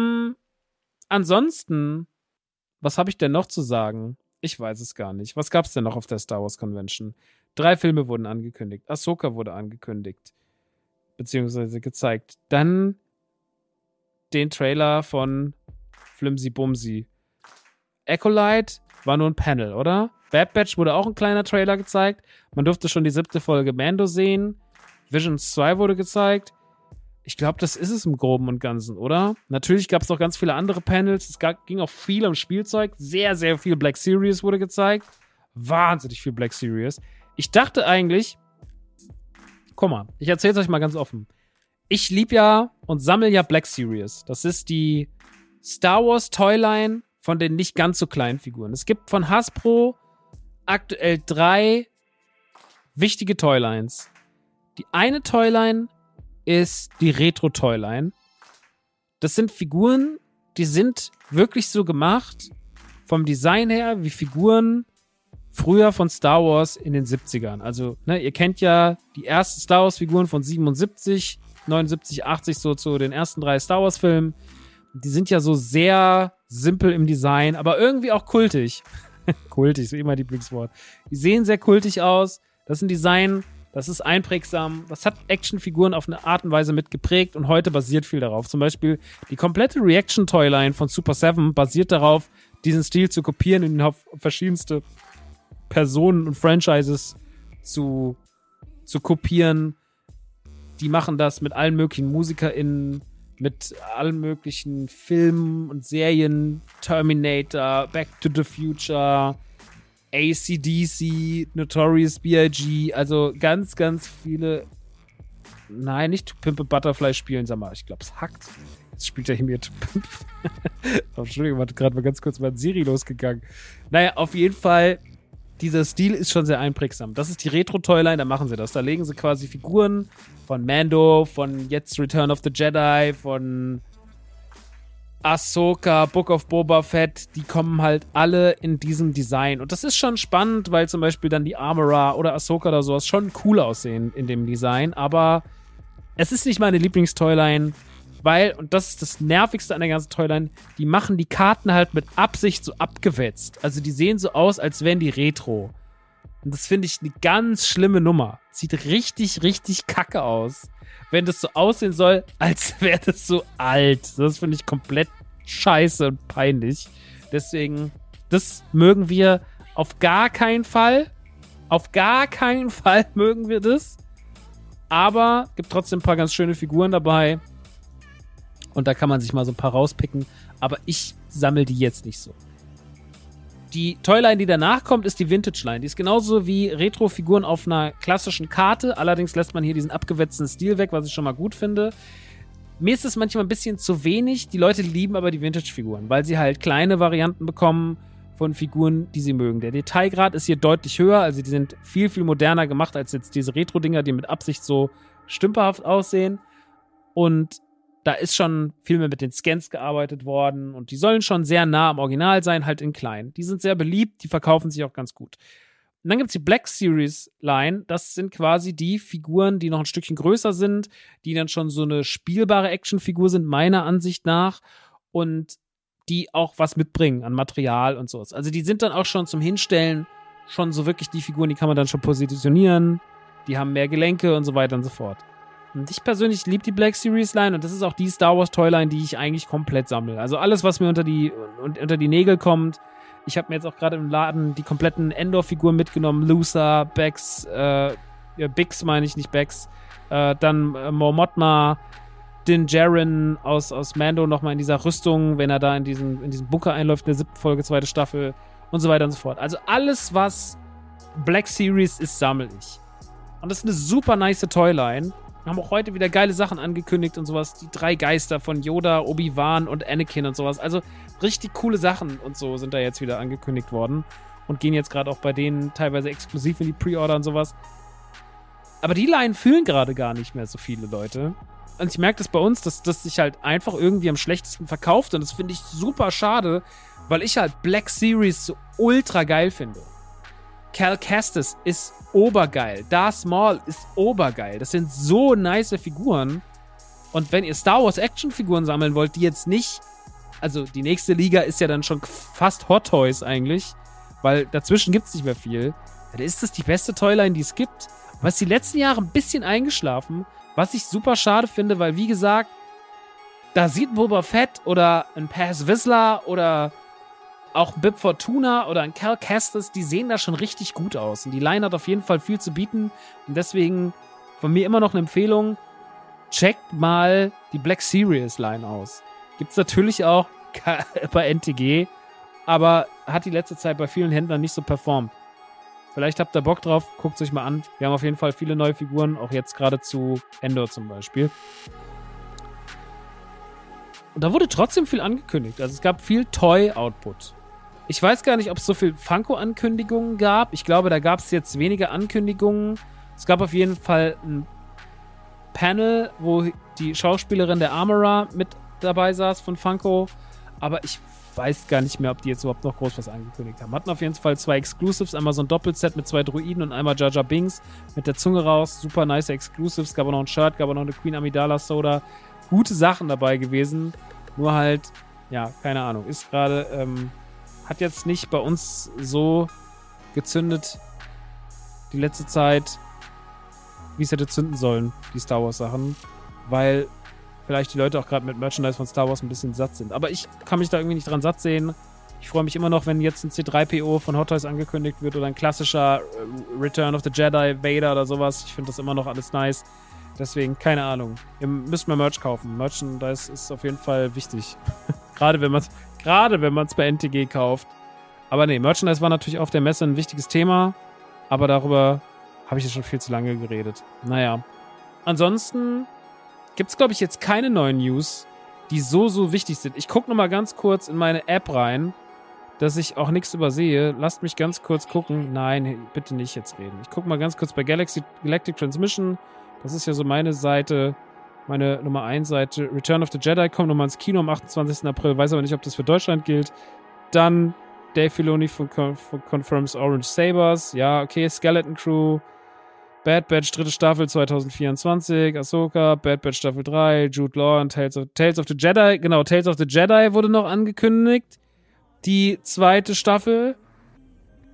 Ansonsten, was habe ich denn noch zu sagen? Ich weiß es gar nicht. Was gab es denn noch auf der Star Wars Convention? 3 Filme wurden angekündigt. Ahsoka wurde angekündigt. Beziehungsweise gezeigt. Dann den Trailer von Flimsy Bumsy. Acolyte war nur ein Panel, oder? Bad Batch wurde auch ein kleiner Trailer gezeigt. Man durfte schon die 7. Folge Mando sehen. Visions 2 wurde gezeigt. Ich glaube, das ist es im Groben und Ganzen, oder? Natürlich gab es noch ganz viele andere Panels. Es ging auch viel um Spielzeug. Sehr, sehr viel Black Series wurde gezeigt. Wahnsinnig viel Black Series. Ich dachte eigentlich, guck mal, ich erzähle es euch mal ganz offen. Ich liebe ja und sammle ja Black Series. Das ist die Star Wars Toyline von den nicht ganz so kleinen Figuren. Es gibt von Hasbro aktuell 3 wichtige Toylines. Die eine Toyline ist die Retro-Toyline. Das sind Figuren, die sind wirklich so gemacht, vom Design her, wie Figuren früher von Star Wars in den 70ern. Also, ne, ihr kennt ja die ersten Star Wars-Figuren von 77, 79, 80, so zu den ersten 3 Star Wars-Filmen. Die sind ja so sehr simpel im Design, aber irgendwie auch kultig. Kultig, so immer Lieblingswort. Die sehen sehr kultig aus. Das ist ein Design, das ist einprägsam. Das hat Actionfiguren auf eine Art und Weise mitgeprägt und heute basiert viel darauf. Zum Beispiel die komplette Reaction-Toyline von Super 7 basiert darauf, diesen Stil zu kopieren und ihn auf verschiedenste Personen und Franchises zu kopieren. Die machen das mit allen möglichen MusikerInnen, mit allen möglichen Filmen und Serien, Terminator, Back to the Future, AC/DC, Notorious B.I.G., also ganz, ganz viele. Nein, nicht To Pimp a Butterfly spielen, sag mal, ich glaube, es hackt. Jetzt spielt er hier mir To Pimp. Oh, Entschuldigung, warte, gerade mal ganz kurz mein Siri losgegangen. Naja, auf jeden Fall, dieser Stil ist schon sehr einprägsam. Das ist die Retro-Toyline, da machen sie das. Da legen sie quasi Figuren von Mando, von jetzt Return of the Jedi, von Ahsoka, Book of Boba Fett, die kommen halt alle in diesem Design. Und das ist schon spannend, weil zum Beispiel dann die Armorer oder Ahsoka oder sowas schon cool aussehen in dem Design. Aber es ist nicht meine Lieblingstoyline, weil, und das ist das Nervigste an der ganzen Toyline, die machen die Karten halt mit Absicht so abgewetzt. Also die sehen so aus, als wären die Retro. Und das finde ich eine ganz schlimme Nummer. Sieht richtig, richtig kacke aus. Wenn das so aussehen soll, als wäre das so alt. Das finde ich komplett scheiße und peinlich. Deswegen, das mögen wir auf gar keinen Fall. Auf gar keinen Fall mögen wir das. Aber gibt trotzdem ein paar ganz schöne Figuren dabei. Und da kann man sich mal so ein paar rauspicken. Aber ich sammle die jetzt nicht so. Die Toyline, die danach kommt, ist die Vintage-Line. Die ist genauso wie Retro-Figuren auf einer klassischen Karte. Allerdings lässt man hier diesen abgewetzten Stil weg, was ich schon mal gut finde. Mir ist es manchmal ein bisschen zu wenig. Die Leute lieben aber die Vintage-Figuren, weil sie halt kleine Varianten bekommen von Figuren, die sie mögen. Der Detailgrad ist hier deutlich höher. Also die sind viel, viel moderner gemacht als jetzt diese Retro-Dinger, die mit Absicht so stümperhaft aussehen. Und da ist schon viel mehr mit den Scans gearbeitet worden und die sollen schon sehr nah am Original sein, halt in klein. Die sind sehr beliebt, die verkaufen sich auch ganz gut. Und dann gibt's die Black Series Line, das sind quasi die Figuren, die noch ein Stückchen größer sind, die dann schon so eine spielbare Actionfigur sind, meiner Ansicht nach, und die auch was mitbringen an Material und sowas. Also die sind dann auch schon zum Hinstellen schon so wirklich die Figuren, die kann man dann schon positionieren, die haben mehr Gelenke und so weiter und so fort. Und ich persönlich liebe die Black Series Line und das ist auch die Star Wars Toyline, die ich eigentlich komplett sammle. Also alles, was mir unter die Nägel kommt. Ich habe mir jetzt auch gerade im Laden die kompletten Endor-Figuren mitgenommen. Lusa, Bex, Bix meine ich, nicht Bex. Dann Mor Mothma, Din Djarin aus Mando nochmal in dieser Rüstung, wenn er da in diesen Bunker einläuft, in der 7. Folge, 2. Staffel und so weiter und so fort. Also alles, was Black Series ist, sammle ich. Und das ist eine super nice Toyline. Haben auch heute wieder geile Sachen angekündigt und sowas. Die 3 Geister von Yoda, Obi-Wan und Anakin und sowas. Also richtig coole Sachen und so sind da jetzt wieder angekündigt worden. Und gehen jetzt gerade auch bei denen teilweise exklusiv in die Pre-Order und sowas. Aber die Line fühlen gerade gar nicht mehr so viele Leute. Und ich merke das bei uns, dass das sich halt einfach irgendwie am schlechtesten verkauft. Und das finde ich super schade, weil ich halt Black Series so ultra geil finde. Cal Kestis ist obergeil. Darth Maul ist obergeil. Das sind so nice Figuren. Und wenn ihr Star Wars Actionfiguren sammeln wollt, die jetzt nicht, also die nächste Liga ist ja dann schon fast Hot Toys eigentlich, weil dazwischen gibt's nicht mehr viel, dann ist das die beste Toyline, die es gibt. Aber es ist die letzten Jahre ein bisschen eingeschlafen, was ich super schade finde, weil wie gesagt, da sieht ein Boba Fett oder ein Paz Vizsla oder auch Bib Fortuna oder ein Cal Kestis, die sehen da schon richtig gut aus. Und die Line hat auf jeden Fall viel zu bieten. Und deswegen von mir immer noch eine Empfehlung, checkt mal die Black Series Line aus. Gibt's natürlich auch bei NTG, aber hat die letzte Zeit bei vielen Händlern nicht so performt. Vielleicht habt ihr Bock drauf, guckt es euch mal an. Wir haben auf jeden Fall viele neue Figuren, auch jetzt gerade zu Endor zum Beispiel. Und da wurde trotzdem viel angekündigt. Also es gab viel Toy-Output. Ich weiß gar nicht, ob es so viel Funko-Ankündigungen gab. Ich glaube, da gab es jetzt weniger Ankündigungen. Es gab auf jeden Fall ein Panel, wo die Schauspielerin der Armorer mit dabei saß von Funko. Aber ich weiß gar nicht mehr, ob die jetzt überhaupt noch groß was angekündigt haben. Hatten auf jeden Fall 2 Exclusives. Einmal so ein Doppelset mit 2 Droiden und einmal Jar Jar Binks mit der Zunge raus. Super nice Exclusives. Gab auch noch ein Shirt, gab auch noch eine Queen Amidala Soda. Gute Sachen dabei gewesen. Nur halt, ja, keine Ahnung. Ist gerade, hat jetzt nicht bei uns so gezündet die letzte Zeit, wie es hätte zünden sollen, die Star Wars Sachen. Weil vielleicht die Leute auch gerade mit Merchandise von Star Wars ein bisschen satt sind. Aber ich kann mich da irgendwie nicht dran satt sehen. Ich freue mich immer noch, wenn jetzt ein C3PO von Hot Toys angekündigt wird oder ein klassischer Return of the Jedi Vader oder sowas. Ich finde das immer noch alles nice. Deswegen, keine Ahnung. Ihr müsst mal Merch kaufen. Merchandise ist auf jeden Fall wichtig. Gerade wenn man es bei NTG kauft. Aber nee, Merchandise war natürlich auf der Messe ein wichtiges Thema. Aber darüber habe ich ja schon viel zu lange geredet. Naja. Ansonsten gibt es, glaube ich, jetzt keine neuen News, die so wichtig sind. Ich gucke nochmal ganz kurz in meine App rein, dass ich auch nichts übersehe. Lasst mich ganz kurz gucken. Nein, bitte nicht jetzt reden. Ich gucke mal ganz kurz bei Galactic Transmission. Das ist ja so meine Seite, meine Nummer 1 Seite. Return of the Jedi kommt nochmal ins Kino am 28. April. Weiß aber nicht, ob das für Deutschland gilt. Dann Dave Filoni von Confirms Orange Sabers. Ja, okay. Skeleton Crew. Bad Batch 3. Staffel 2024. Ahsoka. Bad Batch Staffel 3. Jude Law und Tales of the Jedi. Genau, Tales of the Jedi wurde noch angekündigt. Die 2. Staffel.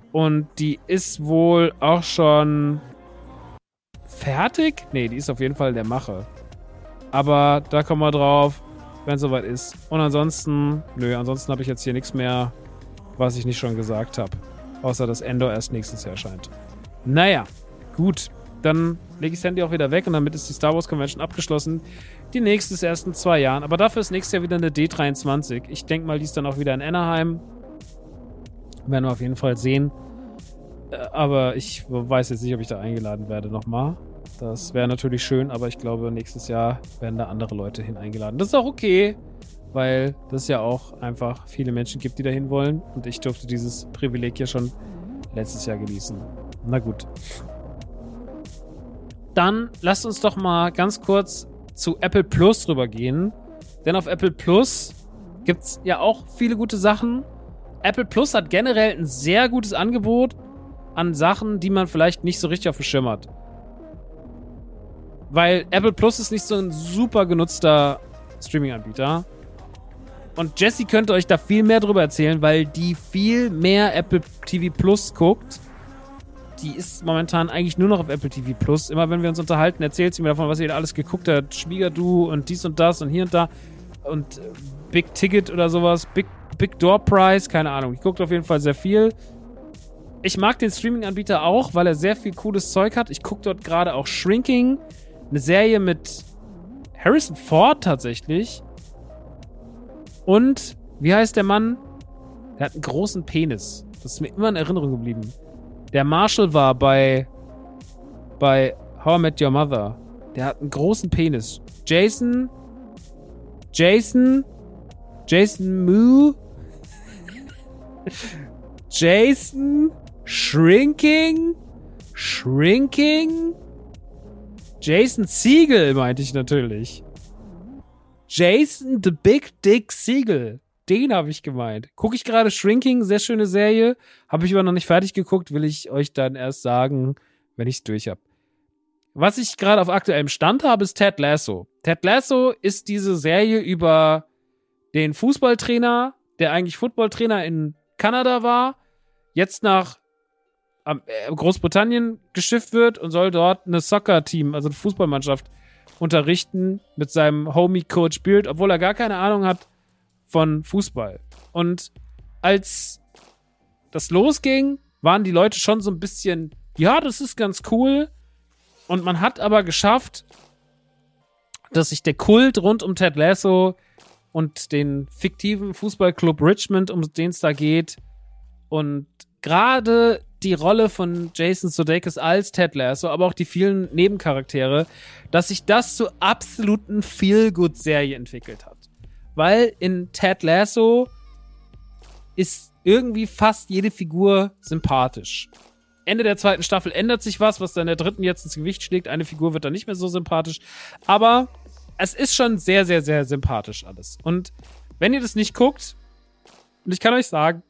Und die ist wohl auch schon fertig? Nee, die ist auf jeden Fall in der Mache. Aber da kommen wir drauf, wenn es soweit ist. Und ansonsten habe ich jetzt hier nichts mehr, was ich nicht schon gesagt habe. Außer, dass Endor erst nächstes Jahr erscheint. Naja, gut. Dann lege ich das Handy auch wieder weg und damit ist die Star Wars Convention abgeschlossen. Die nächste ist erst in 2 Jahren. Aber dafür ist nächstes Jahr wieder eine D23. Ich denke mal, die ist dann auch wieder in Anaheim. Werden wir auf jeden Fall sehen. Aber ich weiß jetzt nicht, ob ich da eingeladen werde nochmal. Das wäre natürlich schön, aber ich glaube, nächstes Jahr werden da andere Leute hin eingeladen. Das ist auch okay, weil das ja auch einfach viele Menschen gibt, die da hin wollen. Und ich durfte dieses Privileg ja schon letztes Jahr genießen. Na gut. Dann lasst uns doch mal ganz kurz zu Apple Plus rübergehen. Denn auf Apple Plus gibt's ja auch viele gute Sachen. Apple Plus hat generell ein sehr gutes Angebot an Sachen, die man vielleicht nicht so richtig auf dem Schirm hat. Weil Apple Plus ist nicht so ein super genutzter Streaming-Anbieter. Und Jessie könnte euch da viel mehr drüber erzählen, weil die viel mehr Apple TV Plus guckt. Die ist momentan eigentlich nur noch auf Apple TV Plus. Immer wenn wir uns unterhalten, erzählt sie mir davon, was sie da alles geguckt hat. Schwiegerdu und dies und das und hier und da. Und Big Ticket oder sowas. Big Door Prize, keine Ahnung. Ich gucke auf jeden Fall sehr viel. Ich mag den Streaming-Anbieter auch, weil er sehr viel cooles Zeug hat. Ich gucke dort gerade auch Shrinking. Eine Serie mit Harrison Ford tatsächlich. Und, wie heißt der Mann? Der hat einen großen Penis. Das ist mir immer in Erinnerung geblieben. Der Marshall war bei How I Met Your Mother. Der hat einen großen Penis. Jason Moo. Jason Shrinking. Jason Segel meinte ich natürlich. Jason the Big Dick Segel. Den habe ich gemeint. Gucke ich gerade Shrinking, sehr schöne Serie. Habe ich aber noch nicht fertig geguckt, will ich euch dann erst sagen, wenn ich es durch habe. Was ich gerade auf aktuellem Stand habe, ist Ted Lasso. Ted Lasso ist diese Serie über den Fußballtrainer, der eigentlich Footballtrainer in Kanada war, jetzt nach Großbritannien geschifft wird und soll dort eine Soccer-Team, also eine Fußballmannschaft, unterrichten mit seinem Homie Coach Beard, obwohl er gar keine Ahnung hat von Fußball. Und als das losging, waren die Leute schon so ein bisschen, ja, das ist ganz cool. Und man hat aber geschafft, dass sich der Kult rund um Ted Lasso und den fiktiven Fußballclub Richmond, um den es da geht, und gerade die Rolle von Jason Sudeikis als Ted Lasso, aber auch die vielen Nebencharaktere, dass sich das zur absoluten Feel-Good-Serie entwickelt hat. Weil in Ted Lasso ist irgendwie fast jede Figur sympathisch. Ende der 2. Staffel ändert sich was dann in der 3. jetzt ins Gewicht schlägt. Eine Figur wird dann nicht mehr so sympathisch. Aber es ist schon sehr, sehr, sehr sympathisch alles. Und wenn ihr das nicht guckt, und ich kann euch sagen,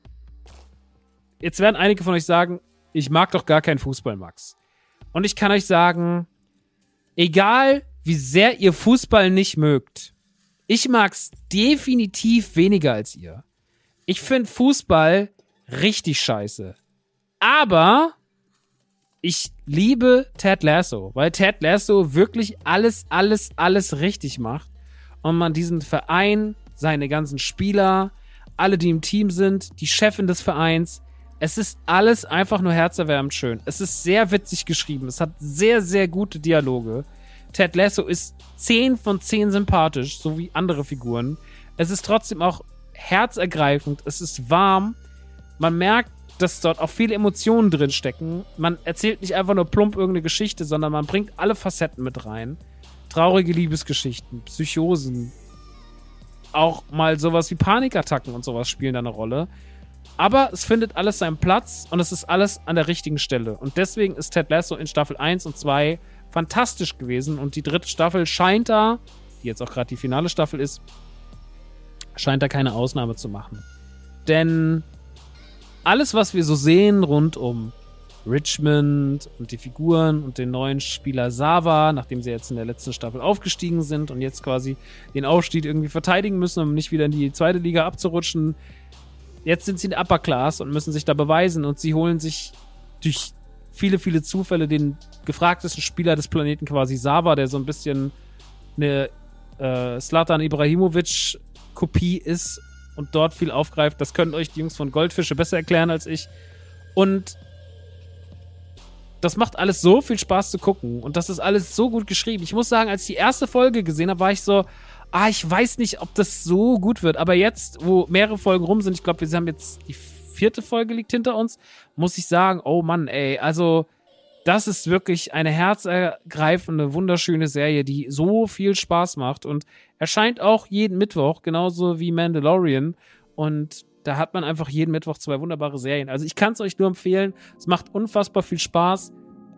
jetzt werden einige von euch sagen, ich mag doch gar keinen Fußball, Max. Und ich kann euch sagen, egal wie sehr ihr Fußball nicht mögt, ich mag's definitiv weniger als ihr. Ich finde Fußball richtig scheiße. Aber ich liebe Ted Lasso, weil Ted Lasso wirklich alles richtig macht. Und man diesen Verein, seine ganzen Spieler, alle, die im Team sind, die Chefin des Vereins, es ist alles einfach nur herzerwärmend schön. Es ist sehr witzig geschrieben. Es hat sehr, sehr gute Dialoge. Ted Lasso ist 10 von 10 sympathisch, so wie andere Figuren. Es ist trotzdem auch herzergreifend. Es ist warm. Man merkt, dass dort auch viele Emotionen drin stecken. Man erzählt nicht einfach nur plump irgendeine Geschichte, sondern man bringt alle Facetten mit rein. Traurige Liebesgeschichten, Psychosen, auch mal sowas wie Panikattacken und sowas spielen da eine Rolle. Aber es findet alles seinen Platz und es ist alles an der richtigen Stelle. Und deswegen ist Ted Lasso in Staffel 1 und 2 fantastisch gewesen. Und die 3. Staffel scheint da, die jetzt auch gerade die finale Staffel ist, scheint da keine Ausnahme zu machen. Denn alles, was wir so sehen rund um Richmond und die Figuren und den neuen Spieler Sava, nachdem sie jetzt in der letzten Staffel aufgestiegen sind und jetzt quasi den Aufstieg irgendwie verteidigen müssen, um nicht wieder in die 2. Liga abzurutschen, jetzt sind sie in Upper Class und müssen sich da beweisen und sie holen sich durch viele, viele Zufälle den gefragtesten Spieler des Planeten quasi, Sava, der so ein bisschen eine Zlatan Ibrahimovic-Kopie ist und dort viel aufgreift. Das können euch die Jungs von Goldfische besser erklären als ich. Und das macht alles so viel Spaß zu gucken und das ist alles so gut geschrieben. Ich muss sagen, als ich die erste Folge gesehen habe, war ich so, ich weiß nicht, ob das so gut wird. Aber jetzt, wo mehrere Folgen rum sind, ich glaube, wir haben jetzt die 4. Folge liegt hinter uns, muss ich sagen, oh Mann, ey, also das ist wirklich eine herzergreifende, wunderschöne Serie, die so viel Spaß macht und erscheint auch jeden Mittwoch, genauso wie Mandalorian. Und da hat man einfach jeden Mittwoch 2 wunderbare Serien. Also ich kann es euch nur empfehlen. Es macht unfassbar viel Spaß.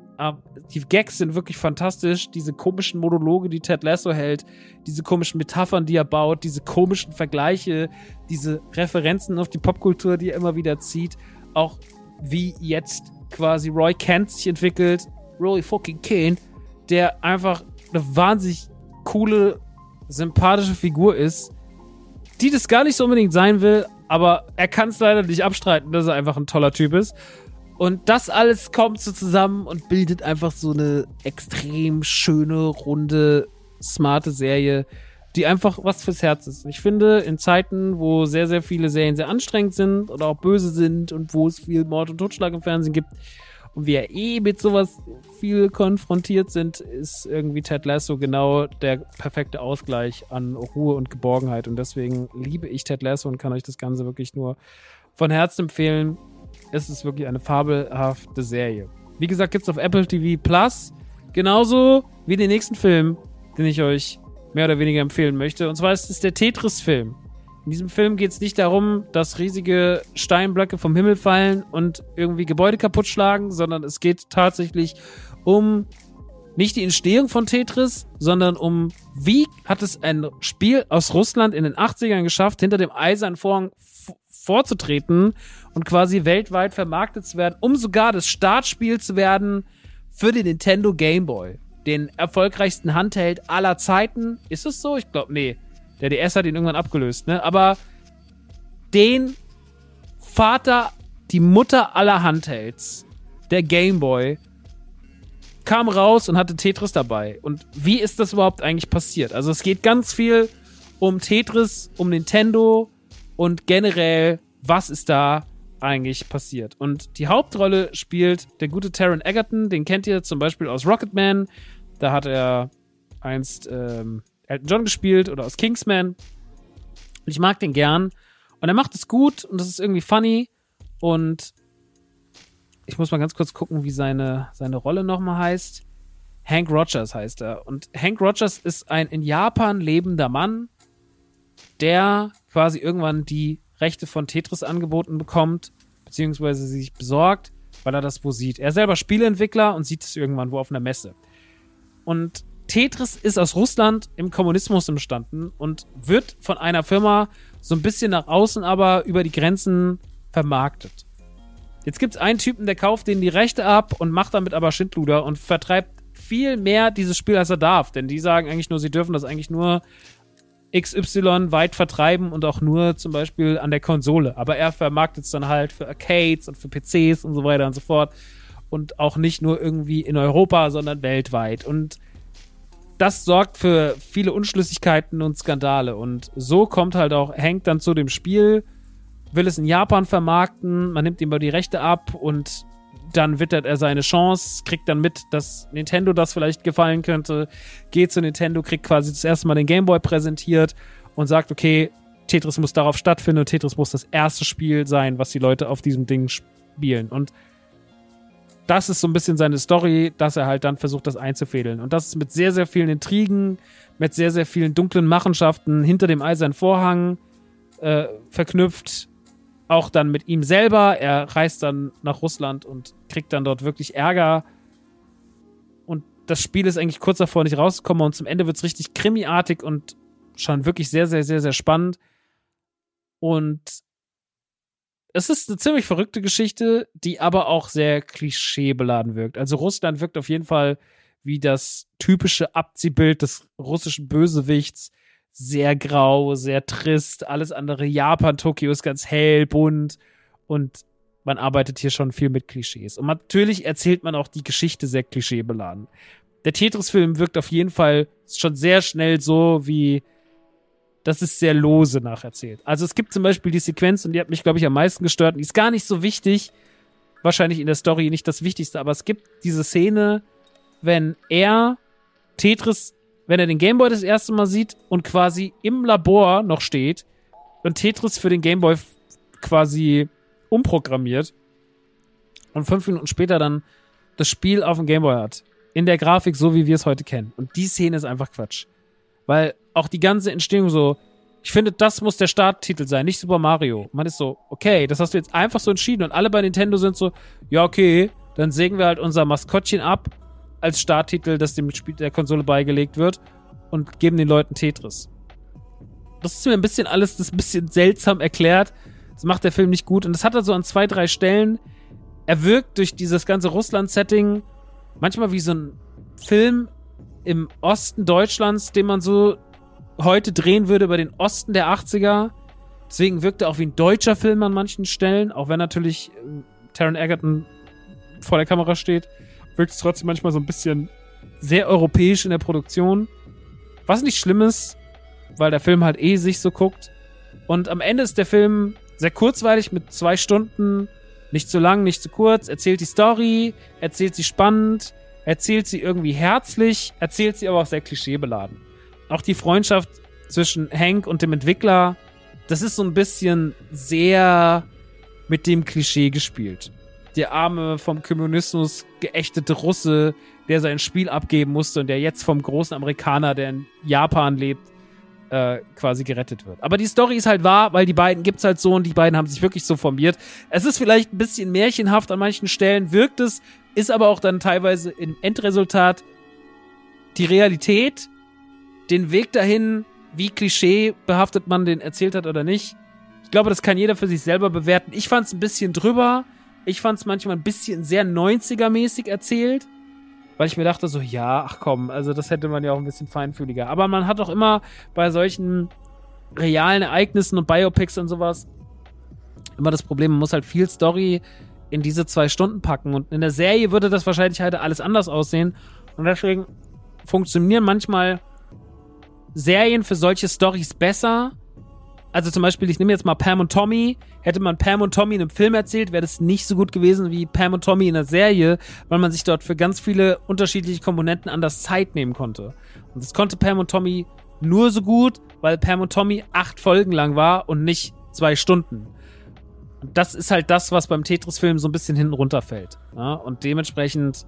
Die Gags sind wirklich fantastisch. Diese komischen Monologe, die Ted Lasso hält, diese komischen Metaphern, die er baut, diese komischen Vergleiche, diese Referenzen auf die Popkultur, die er immer wieder zieht. Auch wie jetzt quasi Roy Kent sich entwickelt. Roy fucking Kent, der einfach eine wahnsinnig coole, sympathische Figur ist, die das gar nicht so unbedingt sein will, aber er kann es leider nicht abstreiten, dass er einfach ein toller Typ ist. Und das alles kommt so zusammen und bildet einfach so eine extrem schöne, runde, smarte Serie, die einfach was fürs Herz ist. Ich finde, in Zeiten, wo sehr, sehr viele Serien sehr anstrengend sind oder auch böse sind und wo es viel Mord und Totschlag im Fernsehen gibt und wir mit sowas viel konfrontiert sind, ist irgendwie Ted Lasso genau der perfekte Ausgleich an Ruhe und Geborgenheit. Und deswegen liebe ich Ted Lasso und kann euch das Ganze wirklich nur von Herzen empfehlen. Es ist wirklich eine fabelhafte Serie. Wie gesagt, gibt's auf Apple TV Plus, genauso wie den nächsten Film, den ich euch mehr oder weniger empfehlen möchte. Und zwar ist es der Tetris-Film. In diesem Film geht es nicht darum, dass riesige Steinblöcke vom Himmel fallen und irgendwie Gebäude kaputt schlagen, sondern es geht tatsächlich um nicht die Entstehung von Tetris, sondern um, wie hat es ein Spiel aus Russland in den 80ern geschafft, hinter dem eisernen Vorhang vorzutreten und quasi weltweit vermarktet zu werden, um sogar das Startspiel zu werden für den Nintendo Game Boy. Den erfolgreichsten Handheld aller Zeiten. Ist es so? Ich glaube, nee. Der DS hat ihn irgendwann abgelöst, ne? Aber den Vater, die Mutter aller Handhelds, der Game Boy, kam raus und hatte Tetris dabei. Und wie ist das überhaupt eigentlich passiert? Also es geht ganz viel um Tetris, um Nintendo und generell, was ist da eigentlich passiert? Und die Hauptrolle spielt der gute Taron Egerton, den kennt ihr zum Beispiel aus Rocketman. Da hat er einst Elton John gespielt oder aus Kingsman. Und ich mag den gern. Und er macht es gut und das ist irgendwie funny. Und ich muss mal ganz kurz gucken, wie seine Rolle nochmal heißt. Hank Rogers heißt er. Und Hank Rogers ist ein in Japan lebender Mann, der quasi irgendwann die Rechte von Tetris angeboten bekommt, beziehungsweise sie sich besorgt, weil er das wo sieht. Er ist selber Spieleentwickler und sieht es irgendwann wo auf einer Messe. Und Tetris ist aus Russland im Kommunismus entstanden und wird von einer Firma so ein bisschen nach außen aber über die Grenzen vermarktet. Jetzt gibt es einen Typen, der kauft denen die Rechte ab und macht damit aber Schindluder und vertreibt viel mehr dieses Spiel, als er darf. Denn die sagen eigentlich nur, sie dürfen das eigentlich nur XY weit vertreiben und auch nur zum Beispiel an der Konsole. Aber er vermarktet es dann halt für Arcades und für PCs und so weiter und so fort. Und auch nicht nur irgendwie in Europa, sondern weltweit. Und das sorgt für viele Unschlüssigkeiten und Skandale. Und so kommt halt auch Hank dann zu dem Spiel, will es in Japan vermarkten, man nimmt ihm aber die Rechte ab und dann wittert er seine Chance, kriegt dann mit, dass Nintendo das vielleicht gefallen könnte, geht zu Nintendo, kriegt quasi das erste Mal den Game Boy präsentiert und sagt, okay, Tetris muss darauf stattfinden und Tetris muss das erste Spiel sein, was die Leute auf diesem Ding spielen. Und das ist so ein bisschen seine Story, dass er halt dann versucht, das einzufädeln. Und das ist mit sehr, sehr vielen Intrigen, mit sehr, sehr vielen dunklen Machenschaften hinter dem eisernen Vorhang verknüpft. Auch dann mit ihm selber. Er reist dann nach Russland und kriegt dann dort wirklich Ärger. Und das Spiel ist eigentlich kurz davor, nicht rauszukommen. Und zum Ende wird es richtig krimiartig und schon wirklich sehr, sehr, sehr, sehr spannend. Und es ist eine ziemlich verrückte Geschichte, die aber auch sehr klischeebeladen wirkt. Also Russland wirkt auf jeden Fall wie das typische Abziehbild des russischen Bösewichts, sehr grau, sehr trist. Alles andere, Japan, Tokio ist ganz hell, bunt und man arbeitet hier schon viel mit Klischees. Und natürlich erzählt man auch die Geschichte sehr klischeebeladen. Der Tetris-Film wirkt auf jeden Fall schon sehr schnell so, wie das ist sehr lose nacherzählt. Also es gibt zum Beispiel die Sequenz, und die hat mich, glaube ich, am meisten gestört, und die ist gar nicht so wichtig, wahrscheinlich in der Story nicht das Wichtigste, aber es gibt diese Szene, wenn er den Gameboy das erste Mal sieht und quasi im Labor noch steht und Tetris für den Gameboy quasi umprogrammiert und 5 Minuten später dann das Spiel auf dem Gameboy hat. In der Grafik, so wie wir es heute kennen. Und die Szene ist einfach Quatsch. Weil auch die ganze Entstehung so, ich finde, das muss der Starttitel sein, nicht Super Mario. Man ist so, okay, das hast du jetzt einfach so entschieden. Und alle bei Nintendo sind so, ja, okay, dann sägen wir halt unser Maskottchen ab als Starttitel, das dem Spiel der Konsole beigelegt wird, und geben den Leuten Tetris. Das ist mir das ist ein bisschen seltsam erklärt. Das macht der Film nicht gut. Und das hat er so an 2, 3 Stellen. Er wirkt durch dieses ganze Russland-Setting manchmal wie so ein Film im Osten Deutschlands, den man so heute drehen würde über den Osten der 80er. Deswegen wirkt er auch wie ein deutscher Film an manchen Stellen, auch wenn natürlich Taron Egerton vor der Kamera steht, wirkt es trotzdem manchmal so ein bisschen sehr europäisch in der Produktion. Was nicht schlimm ist, weil der Film halt sich so guckt. Und am Ende ist der Film sehr kurzweilig mit 2 Stunden, nicht zu lang, nicht zu kurz, erzählt die Story, erzählt sie spannend, erzählt sie irgendwie herzlich, erzählt sie aber auch sehr klischeebeladen. Auch die Freundschaft zwischen Hank und dem Entwickler, das ist so ein bisschen sehr mit dem Klischee gespielt. Der arme, vom Kommunismus geächtete Russe, der sein Spiel abgeben musste und der jetzt vom großen Amerikaner, der in Japan lebt, quasi gerettet wird. Aber die Story ist halt wahr, weil die beiden gibt's halt so und die beiden haben sich wirklich so formiert. Es ist vielleicht ein bisschen märchenhaft an manchen Stellen, wirkt es, ist aber auch dann teilweise im Endresultat die Realität, den Weg dahin, wie klischeebehaftet man den erzählt hat oder nicht. Ich glaube, das kann jeder für sich selber bewerten. Ich fand's ein bisschen drüber. Ich fand's manchmal ein bisschen sehr 90er-mäßig erzählt, weil ich mir dachte so, ja, ach komm, also das hätte man ja auch ein bisschen feinfühliger. Aber man hat auch immer bei solchen realen Ereignissen und Biopics und sowas immer das Problem, man muss halt viel Story in diese 2 Stunden packen. Und in der Serie würde das wahrscheinlich halt alles anders aussehen. Und deswegen funktionieren manchmal Serien für solche Storys besser. Also zum Beispiel, ich nehme jetzt mal Pam und Tommy. Hätte man Pam und Tommy in einem Film erzählt, wäre das nicht so gut gewesen wie Pam und Tommy in einer Serie, weil man sich dort für ganz viele unterschiedliche Komponenten anders Zeit nehmen konnte. Und das konnte Pam und Tommy nur so gut, weil Pam und Tommy 8 Folgen lang war und nicht 2 Stunden. Und das ist halt das, was beim Tetris-Film so ein bisschen hinten runterfällt. Ja? Und dementsprechend,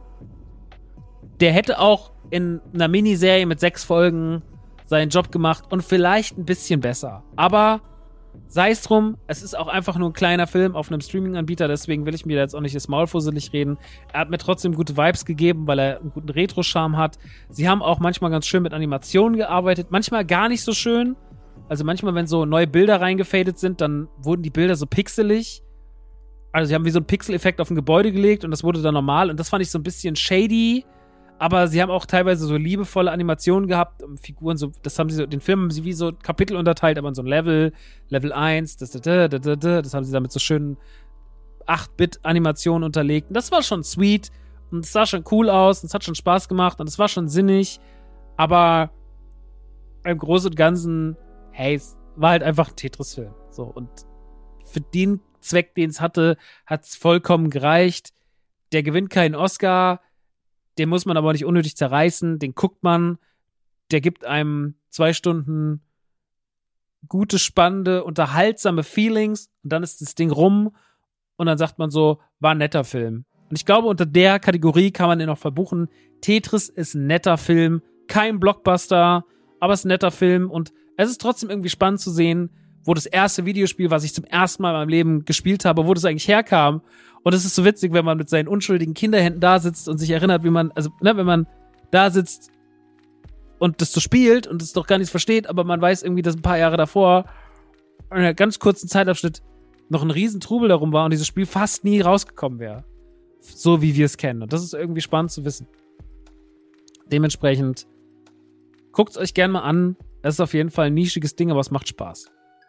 der hätte auch in einer Miniserie mit 6 Folgen seinen Job gemacht und vielleicht ein bisschen besser. Aber sei es drum, es ist auch einfach nur ein kleiner Film auf einem Streaming-Anbieter, deswegen will ich mir da jetzt auch nicht das Maul fusselig reden. Er hat mir trotzdem gute Vibes gegeben, weil er einen guten Retro-Charme hat. Sie haben auch manchmal ganz schön mit Animationen gearbeitet, manchmal gar nicht so schön. Also manchmal, wenn so neue Bilder reingefadet sind, dann wurden die Bilder so pixelig. Also sie haben wie so einen Pixel-Effekt auf ein Gebäude gelegt und das wurde dann normal und das fand ich so ein bisschen shady. Aber sie haben auch teilweise so liebevolle Animationen gehabt, Figuren, so, das haben sie so, den Film haben sie wie so Kapitel unterteilt, aber in so ein Level 1, das haben sie damit so schönen 8-Bit-Animationen unterlegt. Und das war schon sweet und es sah schon cool aus und es hat schon Spaß gemacht und es war schon sinnig, aber im Großen und Ganzen, hey, es war halt einfach ein Tetris-Film. So, und für den Zweck, den es hatte, hat es vollkommen gereicht. Der gewinnt keinen Oscar, den muss man aber nicht unnötig zerreißen, den guckt man, der gibt einem 2 Stunden gute, spannende, unterhaltsame Feelings und dann ist das Ding rum und dann sagt man so, war ein netter Film. Und ich glaube, unter der Kategorie kann man den noch verbuchen. Tetris ist ein netter Film, kein Blockbuster, aber es ist ein netter Film und es ist trotzdem irgendwie spannend zu sehen, wo das erste Videospiel, was ich zum ersten Mal in meinem Leben gespielt habe, wo das eigentlich herkam. Und es ist so witzig, wenn man mit seinen unschuldigen Kinderhänden da sitzt und sich erinnert, wie man, also, ne, wenn man da sitzt und das so spielt und es doch gar nichts versteht, aber man weiß irgendwie, dass ein paar Jahre davor in einer ganz kurzen Zeitabschnitt noch ein Riesentrubel darum war und dieses Spiel fast nie rausgekommen wäre. So wie wir es kennen. Und das ist irgendwie spannend zu wissen. Dementsprechend guckt es euch gerne mal an. Es ist auf jeden Fall ein nischiges Ding, aber es macht Spaß.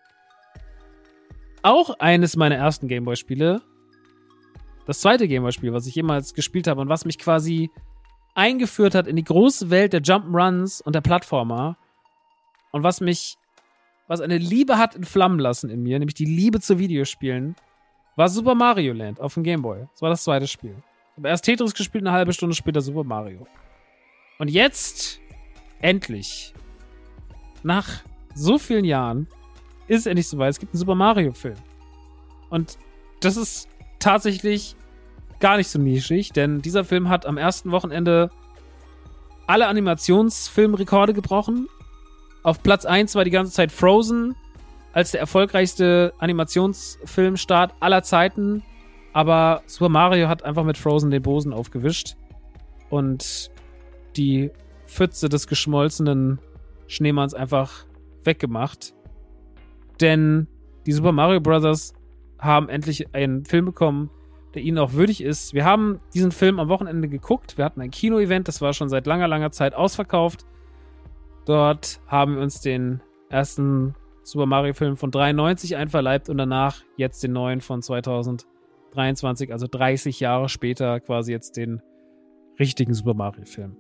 Auch eines meiner ersten Gameboy-Spiele, das zweite Gameboy-Spiel, was ich jemals gespielt habe und was mich quasi eingeführt hat in die große Welt der Jump'n'Runs und der Plattformer und was eine Liebe hat entflammen lassen in mir, nämlich die Liebe zu Videospielen, war Super Mario Land auf dem Gameboy. Das war das zweite Spiel. Ich habe erst Tetris gespielt, eine halbe Stunde später Super Mario. Und jetzt, endlich, nach so vielen Jahren, ist es endlich soweit. Es gibt einen Super Mario-Film. Und das ist tatsächlich gar nicht so nischig, denn dieser Film hat am ersten Wochenende alle Animationsfilmrekorde gebrochen. Auf Platz 1 war die ganze Zeit Frozen als der erfolgreichste Animationsfilmstart aller Zeiten. Aber Super Mario hat einfach mit Frozen den Boden aufgewischt und die Pfütze des geschmolzenen Schneemanns einfach weggemacht. Denn die Super Mario Brothers haben endlich einen Film bekommen, der ihnen auch würdig ist. Wir haben diesen Film am Wochenende geguckt. Wir hatten ein Kino-Event, das war schon seit langer, langer Zeit ausverkauft. Dort haben wir uns den ersten Super Mario-Film von 93 einverleibt und danach jetzt den neuen von 2023, also 30 Jahre später quasi jetzt den richtigen Super Mario-Film.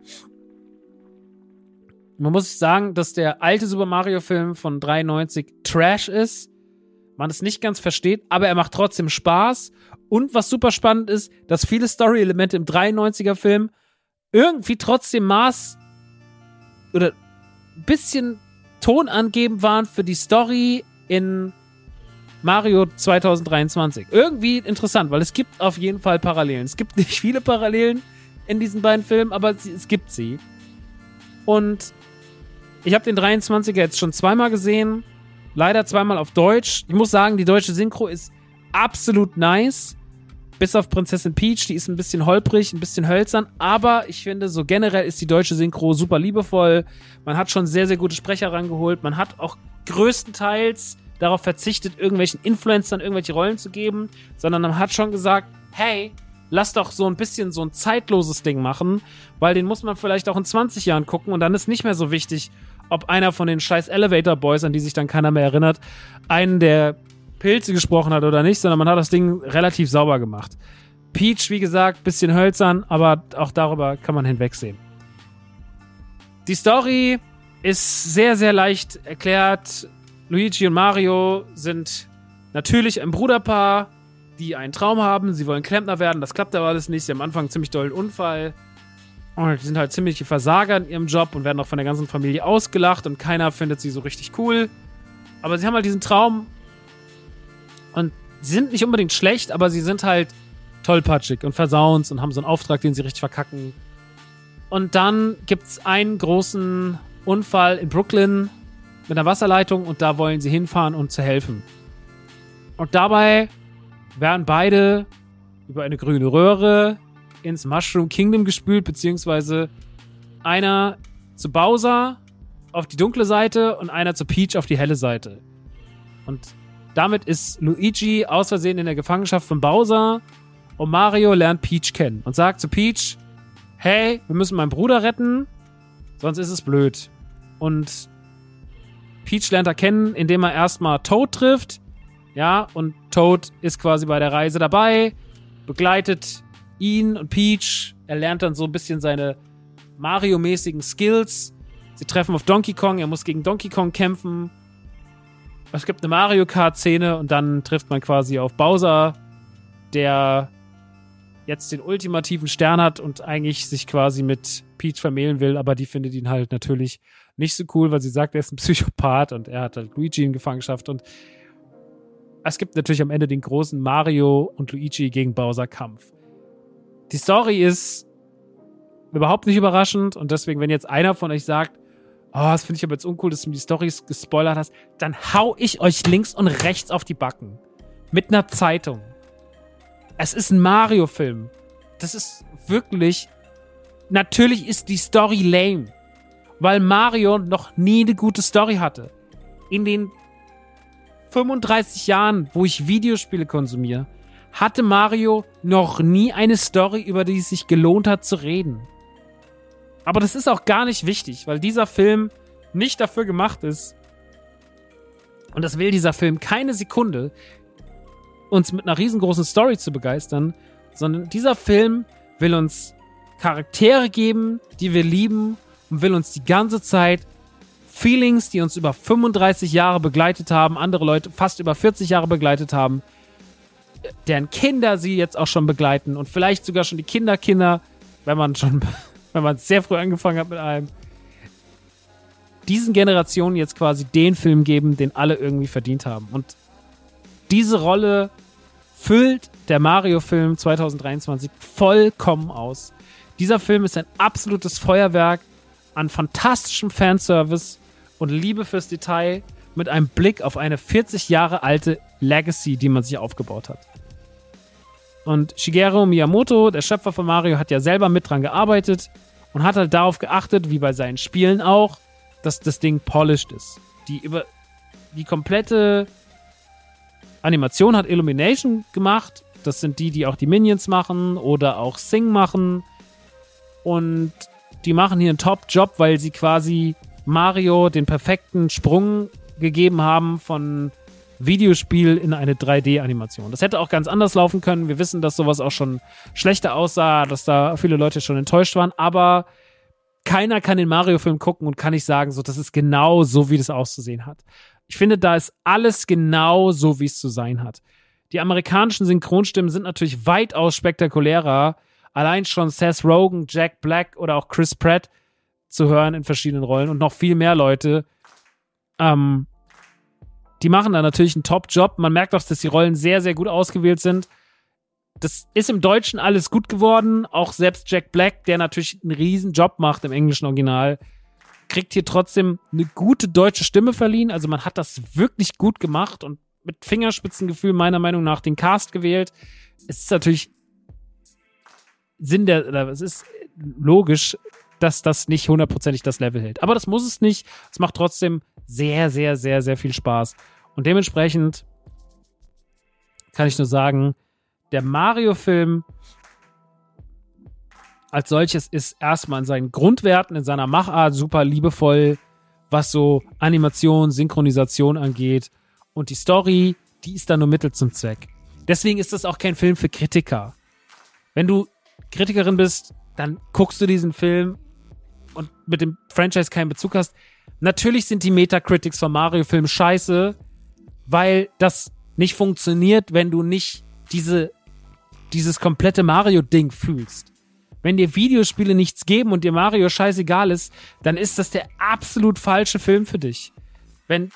Man muss sagen, dass der alte Super Mario-Film von 93 Trash ist. Man es nicht ganz versteht, aber er macht trotzdem Spaß. Und was super spannend ist, dass viele Story-Elemente im 93er-Film irgendwie trotzdem oder ein bisschen tonangebend waren für die Story in Mario 2023. Irgendwie interessant, weil es gibt auf jeden Fall Parallelen. Es gibt nicht viele Parallelen in diesen beiden Filmen, aber es gibt sie. Und ich habe den 23er jetzt schon zweimal gesehen. Leider zweimal auf Deutsch. Ich muss sagen, die deutsche Synchro ist absolut nice. Bis auf Prinzessin Peach, die ist ein bisschen holprig, ein bisschen hölzern. Aber ich finde, so generell ist die deutsche Synchro super liebevoll. Man hat schon sehr, sehr gute Sprecher rangeholt. Man hat auch größtenteils darauf verzichtet, irgendwelchen Influencern irgendwelche Rollen zu geben. Sondern man hat schon gesagt, hey, lass doch so ein bisschen so ein zeitloses Ding machen. Weil den muss man vielleicht auch in 20 Jahren gucken. Und dann ist nicht mehr so wichtig, ob einer von den scheiß Elevator Boys, an die sich dann keiner mehr erinnert, einen der Pilze gesprochen hat oder nicht, sondern man hat das Ding relativ sauber gemacht. Peach, wie gesagt, bisschen hölzern, aber auch darüber kann man hinwegsehen. Die Story ist sehr, sehr leicht erklärt. Luigi und Mario sind natürlich ein Bruderpaar, die einen Traum haben. Sie wollen Klempner werden, das klappt aber alles nicht. Sie haben am Anfang einen ziemlich dollen Unfall. Und die sind halt ziemliche Versager in ihrem Job und werden auch von der ganzen Familie ausgelacht und keiner findet sie so richtig cool. Aber sie haben halt diesen Traum und sie sind nicht unbedingt schlecht, aber sie sind halt tollpatschig und versauen's und haben so einen Auftrag, den sie richtig verkacken. Und dann gibt's einen großen Unfall in Brooklyn mit einer Wasserleitung und da wollen sie hinfahren, um zu helfen. Und dabei werden beide über eine grüne Röhre ins Mushroom Kingdom gespült, beziehungsweise einer zu Bowser auf die dunkle Seite und einer zu Peach auf die helle Seite. Und damit ist Luigi aus Versehen in der Gefangenschaft von Bowser und Mario lernt Peach kennen und sagt zu Peach, hey, wir müssen meinen Bruder retten, sonst ist es blöd. Und Peach lernt er kennen, indem er erstmal Toad trifft. Ja, und Toad ist quasi bei der Reise dabei, begleitet ihn und Peach. Er lernt dann so ein bisschen seine Mario-mäßigen Skills. Sie treffen auf Donkey Kong, er muss gegen Donkey Kong kämpfen. Es gibt eine Mario Kart-Szene und dann trifft man quasi auf Bowser, der jetzt den ultimativen Stern hat und eigentlich sich quasi mit Peach vermählen will, aber die findet ihn halt natürlich nicht so cool, weil sie sagt, er ist ein Psychopath und er hat halt Luigi in Gefangenschaft und es gibt natürlich am Ende den großen Mario und Luigi gegen Bowser Kampf. Die Story ist überhaupt nicht überraschend und deswegen, wenn jetzt einer von euch sagt, oh, das finde ich aber jetzt uncool, dass du mir die Storys gespoilert hast, dann hau ich euch links und rechts auf die Backen. Mit einer Zeitung. Es ist ein Mario-Film. Das ist wirklich, natürlich ist die Story lame. Weil Mario noch nie eine gute Story hatte. In den 35 Jahren, wo ich Videospiele konsumiere, hatte Mario noch nie eine Story, über die es sich gelohnt hat zu reden. Aber das ist auch gar nicht wichtig, weil dieser Film nicht dafür gemacht ist, und das will dieser Film keine Sekunde, uns mit einer riesengroßen Story zu begeistern, sondern dieser Film will uns Charaktere geben, die wir lieben, und will uns die ganze Zeit Feelings, die uns über 35 Jahre begleitet haben, andere Leute fast über 40 Jahre begleitet haben, deren Kinder sie jetzt auch schon begleiten und vielleicht sogar schon die Kinderkinder, wenn man sehr früh angefangen hat mit allem, diesen Generationen jetzt quasi den Film geben, den alle irgendwie verdient haben. Und diese Rolle füllt der Mario-Film 2023 vollkommen aus. Dieser Film ist ein absolutes Feuerwerk an fantastischem Fanservice und Liebe fürs Detail mit einem Blick auf eine 40 Jahre alte Legacy, die man sich aufgebaut hat. Und Shigeru Miyamoto, der Schöpfer von Mario, hat ja selber mit dran gearbeitet und hat halt darauf geachtet, wie bei seinen Spielen auch, dass das Ding polished ist. Die komplette Animation hat Illumination gemacht. Das sind die auch die Minions machen oder auch Sing machen. Und die machen hier einen Top-Job, weil sie quasi Mario den perfekten Sprung gegeben haben von Videospiel in eine 3D-Animation. Das hätte auch ganz anders laufen können. Wir wissen, dass sowas auch schon schlechter aussah, dass da viele Leute schon enttäuscht waren, aber keiner kann den Mario-Film gucken und kann nicht sagen, so, das ist genau so, wie das auszusehen hat. Ich finde, da ist alles genau so, wie es zu sein hat. Die amerikanischen Synchronstimmen sind natürlich weitaus spektakulärer. Allein schon Seth Rogen, Jack Black oder auch Chris Pratt zu hören in verschiedenen Rollen und noch viel mehr Leute. Die machen da natürlich einen Top-Job. Man merkt auch, dass die Rollen sehr, sehr gut ausgewählt sind. Das ist im Deutschen alles gut geworden. Auch selbst Jack Black, der natürlich einen riesen Job macht im englischen Original, kriegt hier trotzdem eine gute deutsche Stimme verliehen. Also man hat das wirklich gut gemacht und mit Fingerspitzengefühl meiner Meinung nach den Cast gewählt. Es ist natürlich es ist logisch, dass das nicht hundertprozentig das Level hält. Aber das muss es nicht. Es macht trotzdem sehr, sehr, sehr, sehr viel Spaß. Und dementsprechend kann ich nur sagen, der Mario-Film als solches ist erstmal in seinen Grundwerten, in seiner Machart super liebevoll, was so Animation, Synchronisation angeht. Und die Story, die ist da nur Mittel zum Zweck. Deswegen ist das auch kein Film für Kritiker. Wenn du Kritikerin bist, dann guckst du diesen Film und mit dem Franchise keinen Bezug hast. Natürlich sind die Metacritics vom Mario-Film scheiße, weil das nicht funktioniert, wenn du nicht dieses komplette Mario-Ding fühlst. Wenn dir Videospiele nichts geben und dir Mario scheißegal ist, dann ist das der absolut falsche Film für dich. Wenn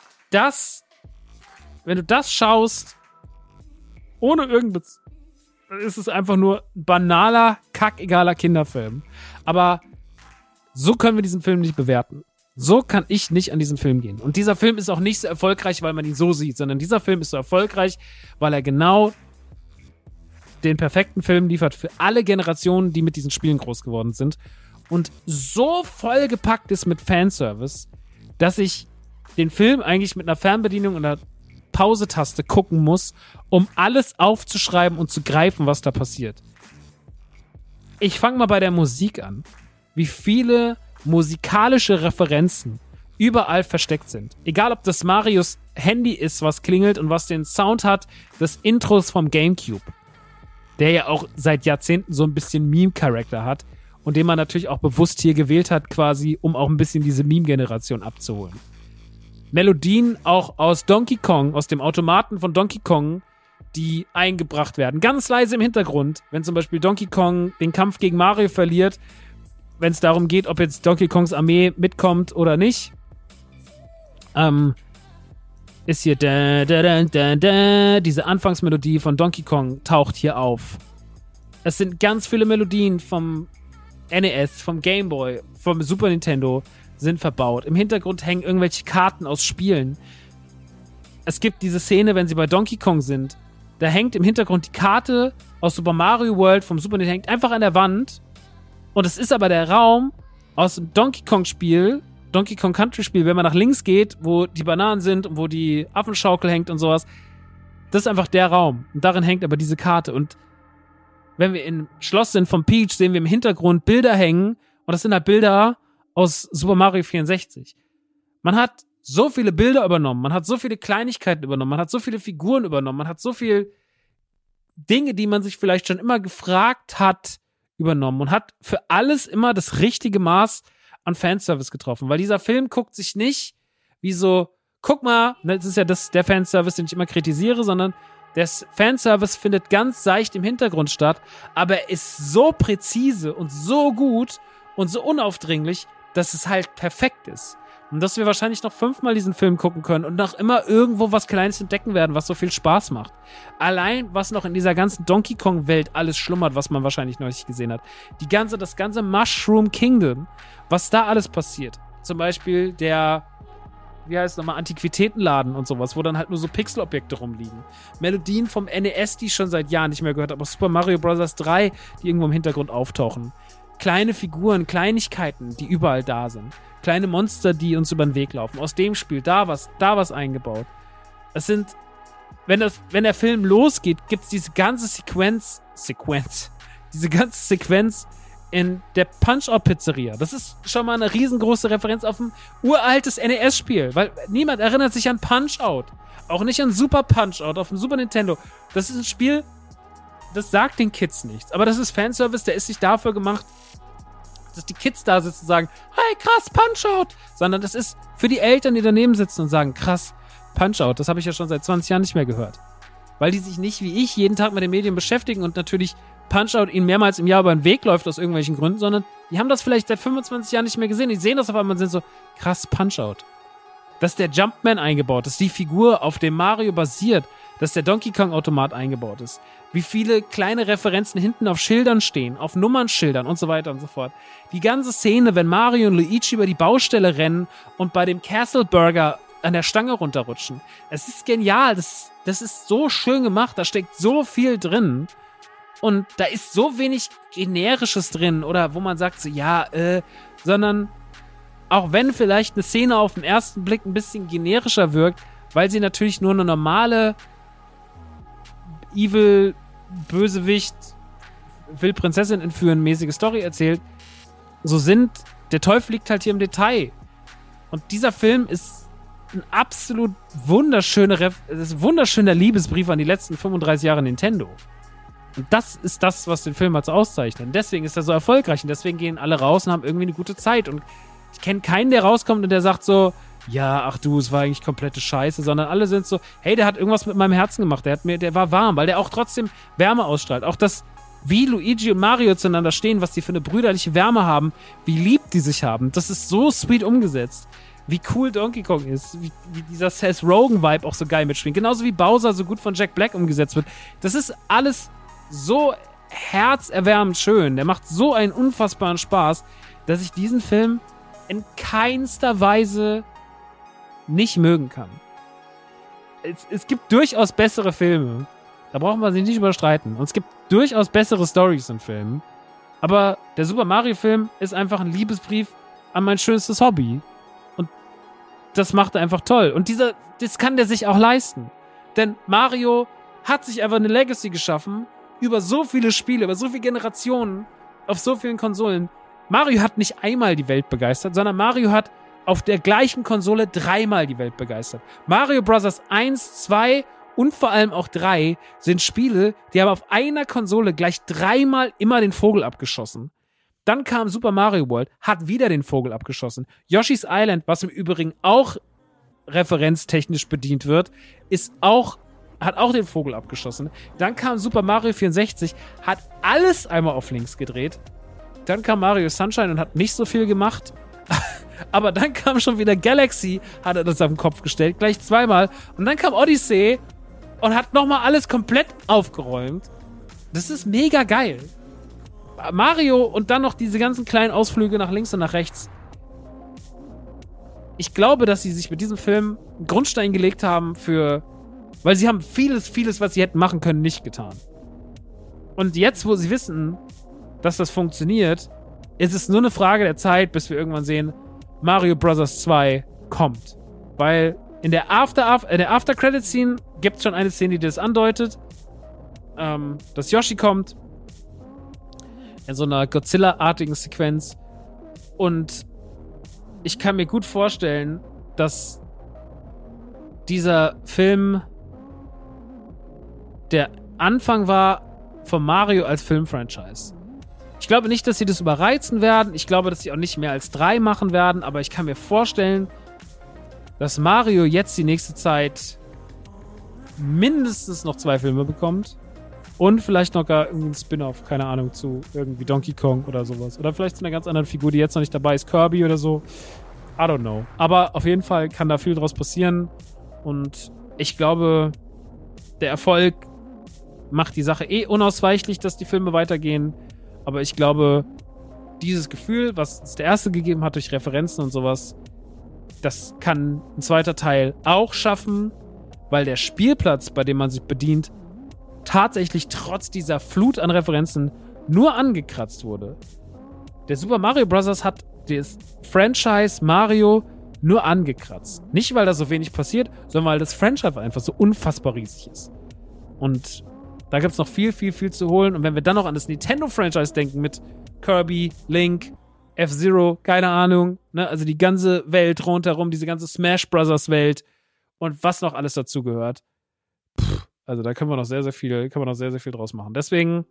du das schaust, ohne irgendwas, dann ist es einfach nur ein banaler, kackegaler Kinderfilm. Aber so können wir diesen Film nicht bewerten. So kann ich nicht an diesen Film gehen. Und dieser Film ist auch nicht so erfolgreich, weil man ihn so sieht, sondern dieser Film ist so erfolgreich, weil er genau den perfekten Film liefert für alle Generationen, die mit diesen Spielen groß geworden sind. Und so vollgepackt ist mit Fanservice, dass ich den Film eigentlich mit einer Fernbedienung und einer Pause-Taste gucken muss, um alles aufzuschreiben und zu greifen, was da passiert. Ich fange mal bei der Musik an. Wie viele musikalische Referenzen überall versteckt sind. Egal, ob das Marios Handy ist, was klingelt und was den Sound hat des Intros vom GameCube, der ja auch seit Jahrzehnten so ein bisschen Meme-Charakter hat und den man natürlich auch bewusst hier gewählt hat, quasi, um auch ein bisschen diese Meme-Generation abzuholen. Melodien auch aus Donkey Kong, aus dem Automaten von Donkey Kong, die eingebracht werden. Ganz leise im Hintergrund, wenn zum Beispiel Donkey Kong den Kampf gegen Mario verliert, wenn es darum geht, ob jetzt Donkey Kongs Armee mitkommt oder nicht, ist hier diese Anfangsmelodie von Donkey Kong taucht hier auf. Es sind ganz viele Melodien vom NES, vom Game Boy, vom Super Nintendo sind verbaut. Im Hintergrund hängen irgendwelche Karten aus Spielen. Es gibt diese Szene, wenn sie bei Donkey Kong sind, da hängt im Hintergrund die Karte aus Super Mario World vom Super Nintendo, hängt einfach an der Wand. Und es ist aber der Raum aus dem Donkey Kong Spiel, Donkey Kong Country Spiel, wenn man nach links geht, wo die Bananen sind und wo die Affenschaukel hängt und sowas. Das ist einfach der Raum. Und darin hängt aber diese Karte. Und wenn wir im Schloss sind vom Peach, sehen wir im Hintergrund Bilder hängen. Und das sind halt Bilder aus Super Mario 64. Man hat so viele Bilder übernommen, man hat so viele Kleinigkeiten übernommen, man hat so viele Figuren übernommen, man hat so viel Dinge, die man sich vielleicht schon immer gefragt hat, übernommen und hat für alles immer das richtige Maß an Fanservice getroffen. Weil dieser Film guckt sich nicht wie so, guck mal, das ist ja der Fanservice, den ich immer kritisiere, sondern der Fanservice findet ganz seicht im Hintergrund statt, aber er ist so präzise und so gut und so unaufdringlich, dass es halt perfekt ist. Und dass wir wahrscheinlich noch 5-mal diesen Film gucken können und noch immer irgendwo was Kleines entdecken werden, was so viel Spaß macht. Allein, was noch in dieser ganzen Donkey Kong-Welt alles schlummert, was man wahrscheinlich noch nicht gesehen hat. Das ganze Mushroom Kingdom, was da alles passiert. Zum Beispiel Antiquitätenladen und sowas, wo dann halt nur so Pixelobjekte rumliegen. Melodien vom NES, die ich schon seit Jahren nicht mehr gehört habe, aber Super Mario Bros. 3, die irgendwo im Hintergrund auftauchen. Kleine Figuren, Kleinigkeiten, die überall da sind. Kleine Monster, die uns über den Weg laufen. Aus dem Spiel, da was eingebaut. Es sind, wenn der Film losgeht, gibt's diese ganze Sequenz in der Punch-Out-Pizzeria. Das ist schon mal eine riesengroße Referenz auf ein uraltes NES-Spiel, weil niemand erinnert sich an Punch-Out. Auch nicht an Super Punch-Out auf dem Super Nintendo. Das ist ein Spiel, das sagt den Kids nichts. Aber das ist Fanservice, der ist nicht dafür gemacht, dass die Kids da sitzen und sagen, hey, krass, Punch-Out! Sondern das ist für die Eltern, die daneben sitzen und sagen, krass, Punch-Out, das habe ich ja schon seit 20 Jahren nicht mehr gehört. Weil die sich nicht wie ich jeden Tag mit den Medien beschäftigen und natürlich Punch-Out ihnen mehrmals im Jahr über den Weg läuft aus irgendwelchen Gründen, sondern die haben das vielleicht seit 25 Jahren nicht mehr gesehen. Die sehen das auf einmal und sind so, krass, Punch-Out. Dass der Jumpman eingebaut ist, die Figur, auf dem Mario basiert, dass der Donkey Kong-Automat eingebaut ist, wie viele kleine Referenzen hinten auf Schildern stehen, auf Nummernschildern und so weiter und so fort. Die ganze Szene, wenn Mario und Luigi über die Baustelle rennen und bei dem Castle Burger an der Stange runterrutschen. Es ist genial, das ist so schön gemacht, da steckt so viel drin und da ist so wenig Generisches drin oder wo man sagt so, sondern auch wenn vielleicht eine Szene auf den ersten Blick ein bisschen generischer wirkt, weil sie natürlich nur eine normale Evil, Bösewicht, will Prinzessin entführen, mäßige Story erzählt, der Teufel liegt halt hier im Detail. Und dieser Film ist ein absolut wunderschöner Liebesbrief an die letzten 35 Jahre Nintendo. Und das ist das, was den Film halt so auszeichnet. Und deswegen ist er so erfolgreich und deswegen gehen alle raus und haben irgendwie eine gute Zeit. Und ich kenne keinen, der rauskommt und der sagt so, ja, ach du, es war eigentlich komplette Scheiße, sondern alle sind so, hey, der hat irgendwas mit meinem Herzen gemacht, der war warm, weil der auch trotzdem Wärme ausstrahlt. Auch das, wie Luigi und Mario zueinander stehen, was die für eine brüderliche Wärme haben, wie lieb die sich haben, das ist so sweet umgesetzt. Wie cool Donkey Kong ist, wie dieser Seth Rogen-Vibe auch so geil mitschwingt, genauso wie Bowser so gut von Jack Black umgesetzt wird. Das ist alles so herzerwärmend schön, der macht so einen unfassbaren Spaß, dass ich diesen Film in keinster Weise nicht mögen kann. Es gibt durchaus bessere Filme. Da braucht man sich nicht überstreiten. Und es gibt durchaus bessere Storys in Filmen. Aber der Super Mario-Film ist einfach ein Liebesbrief an mein schönstes Hobby. Und das macht er einfach toll. Und das kann der sich auch leisten. Denn Mario hat sich einfach eine Legacy geschaffen über so viele Spiele, über so viele Generationen, auf so vielen Konsolen. Mario hat nicht einmal die Welt begeistert, sondern Mario hat auf der gleichen Konsole 3-mal die Welt begeistert. Mario Bros. 1, 2 und vor allem auch 3 sind Spiele, die haben auf einer Konsole gleich 3-mal immer den Vogel abgeschossen. Dann kam Super Mario World, hat wieder den Vogel abgeschossen. Yoshi's Island, was im Übrigen auch referenztechnisch bedient wird, hat auch den Vogel abgeschossen. Dann kam Super Mario 64, hat alles einmal auf links gedreht. Dann kam Mario Sunshine und hat nicht so viel gemacht. Aber dann kam schon wieder Galaxy, hat er das auf den Kopf gestellt, gleich 2-mal. Und dann kam Odyssey und hat nochmal alles komplett aufgeräumt. Das ist mega geil. Mario und dann noch diese ganzen kleinen Ausflüge nach links und nach rechts. Ich glaube, dass sie sich mit diesem Film einen Grundstein gelegt haben weil sie haben vieles, was sie hätten machen können, nicht getan. Und jetzt, wo sie wissen, dass das funktioniert, ist es nur eine Frage der Zeit, bis wir irgendwann sehen, Mario Bros. 2 kommt. Weil in der After-Credit-Scene gibt es schon eine Szene, die das andeutet, dass Yoshi kommt in so einer Godzilla-artigen Sequenz und ich kann mir gut vorstellen, dass dieser Film der Anfang war von Mario als Filmfranchise. Ich glaube nicht, dass sie das überreizen werden. Ich glaube, dass sie auch nicht mehr als 3 machen werden. Aber ich kann mir vorstellen, dass Mario jetzt die nächste Zeit mindestens noch 2 Filme bekommt. Und vielleicht noch gar irgendwie ein Spin-off, keine Ahnung, zu irgendwie Donkey Kong oder sowas. Oder vielleicht zu einer ganz anderen Figur, die jetzt noch nicht dabei ist, Kirby oder so. I don't know. Aber auf jeden Fall kann da viel draus passieren. Und ich glaube, der Erfolg macht die Sache unausweichlich, dass die Filme weitergehen. Aber ich glaube, dieses Gefühl, was es der erste gegeben hat durch Referenzen und sowas, das kann ein zweiter Teil auch schaffen, weil der Spielplatz, bei dem man sich bedient, tatsächlich trotz dieser Flut an Referenzen nur angekratzt wurde. Der Super Mario Bros. Hat das Franchise Mario nur angekratzt. Nicht, weil da so wenig passiert, sondern weil das Franchise einfach so unfassbar riesig ist. Und da gibt es noch viel, viel, viel zu holen. Und wenn wir dann noch an das Nintendo-Franchise denken mit Kirby, Link, F-Zero, keine Ahnung, ne? Also die ganze Welt rundherum, diese ganze Smash Bros. Welt und was noch alles dazu gehört. Also da können wir noch sehr, sehr viel draus machen. Deswegen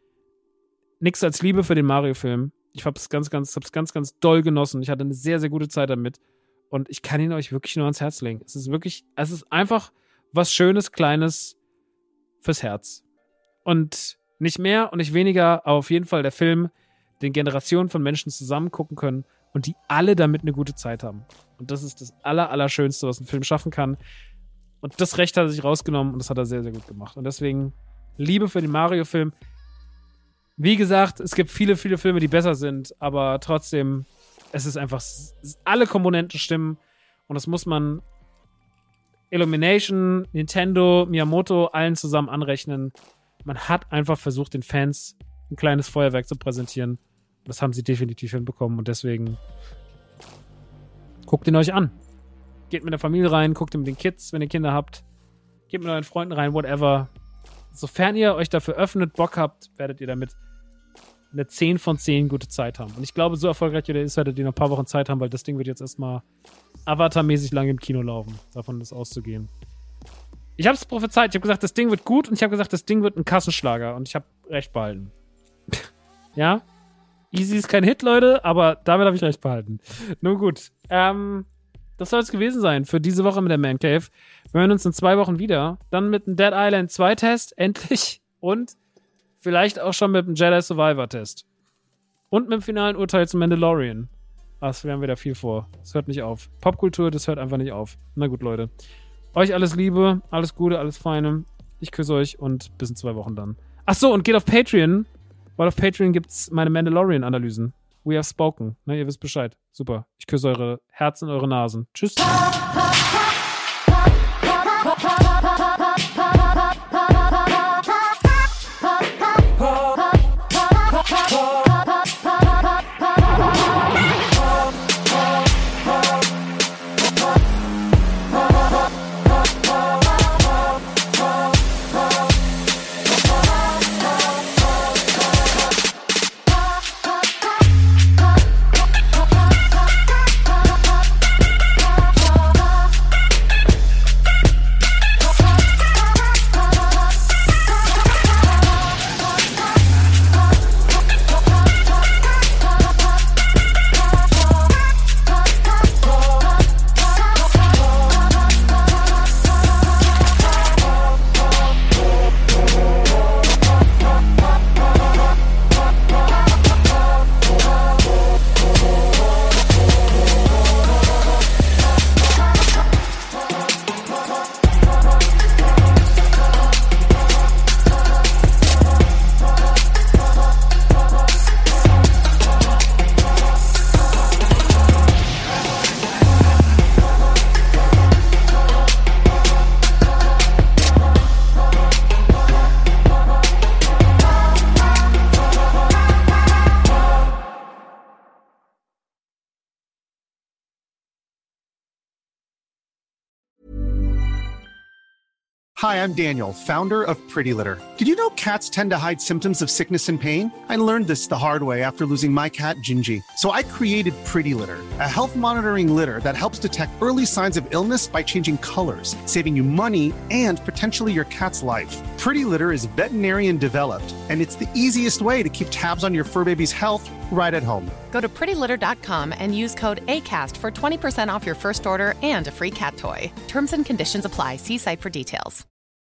nichts als Liebe für den Mario-Film. Ich hab's ganz, ganz doll genossen. Ich hatte eine sehr, sehr gute Zeit damit. Und ich kann ihn euch wirklich nur ans Herz legen. Es ist einfach was Schönes, Kleines fürs Herz. Und nicht mehr und nicht weniger, aber auf jeden Fall der Film, den Generationen von Menschen zusammen gucken können und die alle damit eine gute Zeit haben. Und das ist das Allerschönste, was ein Film schaffen kann. Und das Recht hat er sich rausgenommen und das hat er sehr, sehr gut gemacht. Und deswegen Liebe für den Mario-Film. Wie gesagt, es gibt viele, viele Filme, die besser sind, aber trotzdem, es ist einfach, alle Komponenten stimmen und das muss man Illumination, Nintendo, Miyamoto, allen zusammen anrechnen. Man hat einfach versucht, den Fans ein kleines Feuerwerk zu präsentieren. Das haben sie definitiv hinbekommen und deswegen guckt ihn euch an. Geht mit der Familie rein, guckt ihn mit den Kids, wenn ihr Kinder habt. Geht mit euren Freunden rein, whatever. Sofern ihr euch dafür öffnet, Bock habt, werdet ihr damit eine 10 von 10 gute Zeit haben. Und ich glaube, so erfolgreich wie der ist, werdet ihr noch ein paar Wochen Zeit haben, weil das Ding wird jetzt erstmal Avatar-mäßig lange im Kino laufen. Davon ist auszugehen. Ich habe es prophezeit. Ich habe gesagt, das Ding wird gut und ich habe gesagt, das Ding wird ein Kassenschlager. Und ich habe recht behalten. Ja? Easy ist kein Hit, Leute, aber damit habe ich recht behalten. Nun gut. Das soll es gewesen sein für diese Woche mit der Man Cave. Wir hören uns in 2 Wochen wieder. Dann mit dem Dead Island 2 Test, endlich. Und vielleicht auch schon mit dem Jedi Survivor Test. Und mit dem finalen Urteil zum Mandalorian. Das wären wir da viel vor. Das hört nicht auf. Popkultur, das hört einfach nicht auf. Na gut, Leute. Euch alles Liebe, alles Gute, alles Feine. Ich küsse euch und bis in 2 Wochen dann. Achso, und geht auf Patreon, weil auf Patreon gibt's meine Mandalorian-Analysen. We have spoken. Ne, ihr wisst Bescheid. Super. Ich küsse eure Herzen und eure Nasen. Tschüss. Hi, I'm Daniel, founder of Pretty Litter. Did you know cats tend to hide symptoms of sickness and pain? I learned this the hard way after losing my cat, Gingy. So I created Pretty Litter, a health monitoring litter that helps detect early signs of illness by changing colors, saving you money and potentially your cat's life. Pretty Litter is veterinarian developed, and it's the easiest way to keep tabs on your fur baby's health right at home. Go to prettylitter.com and use code ACAST for 20% off your first order and a free cat toy. Terms and conditions apply. See site for details.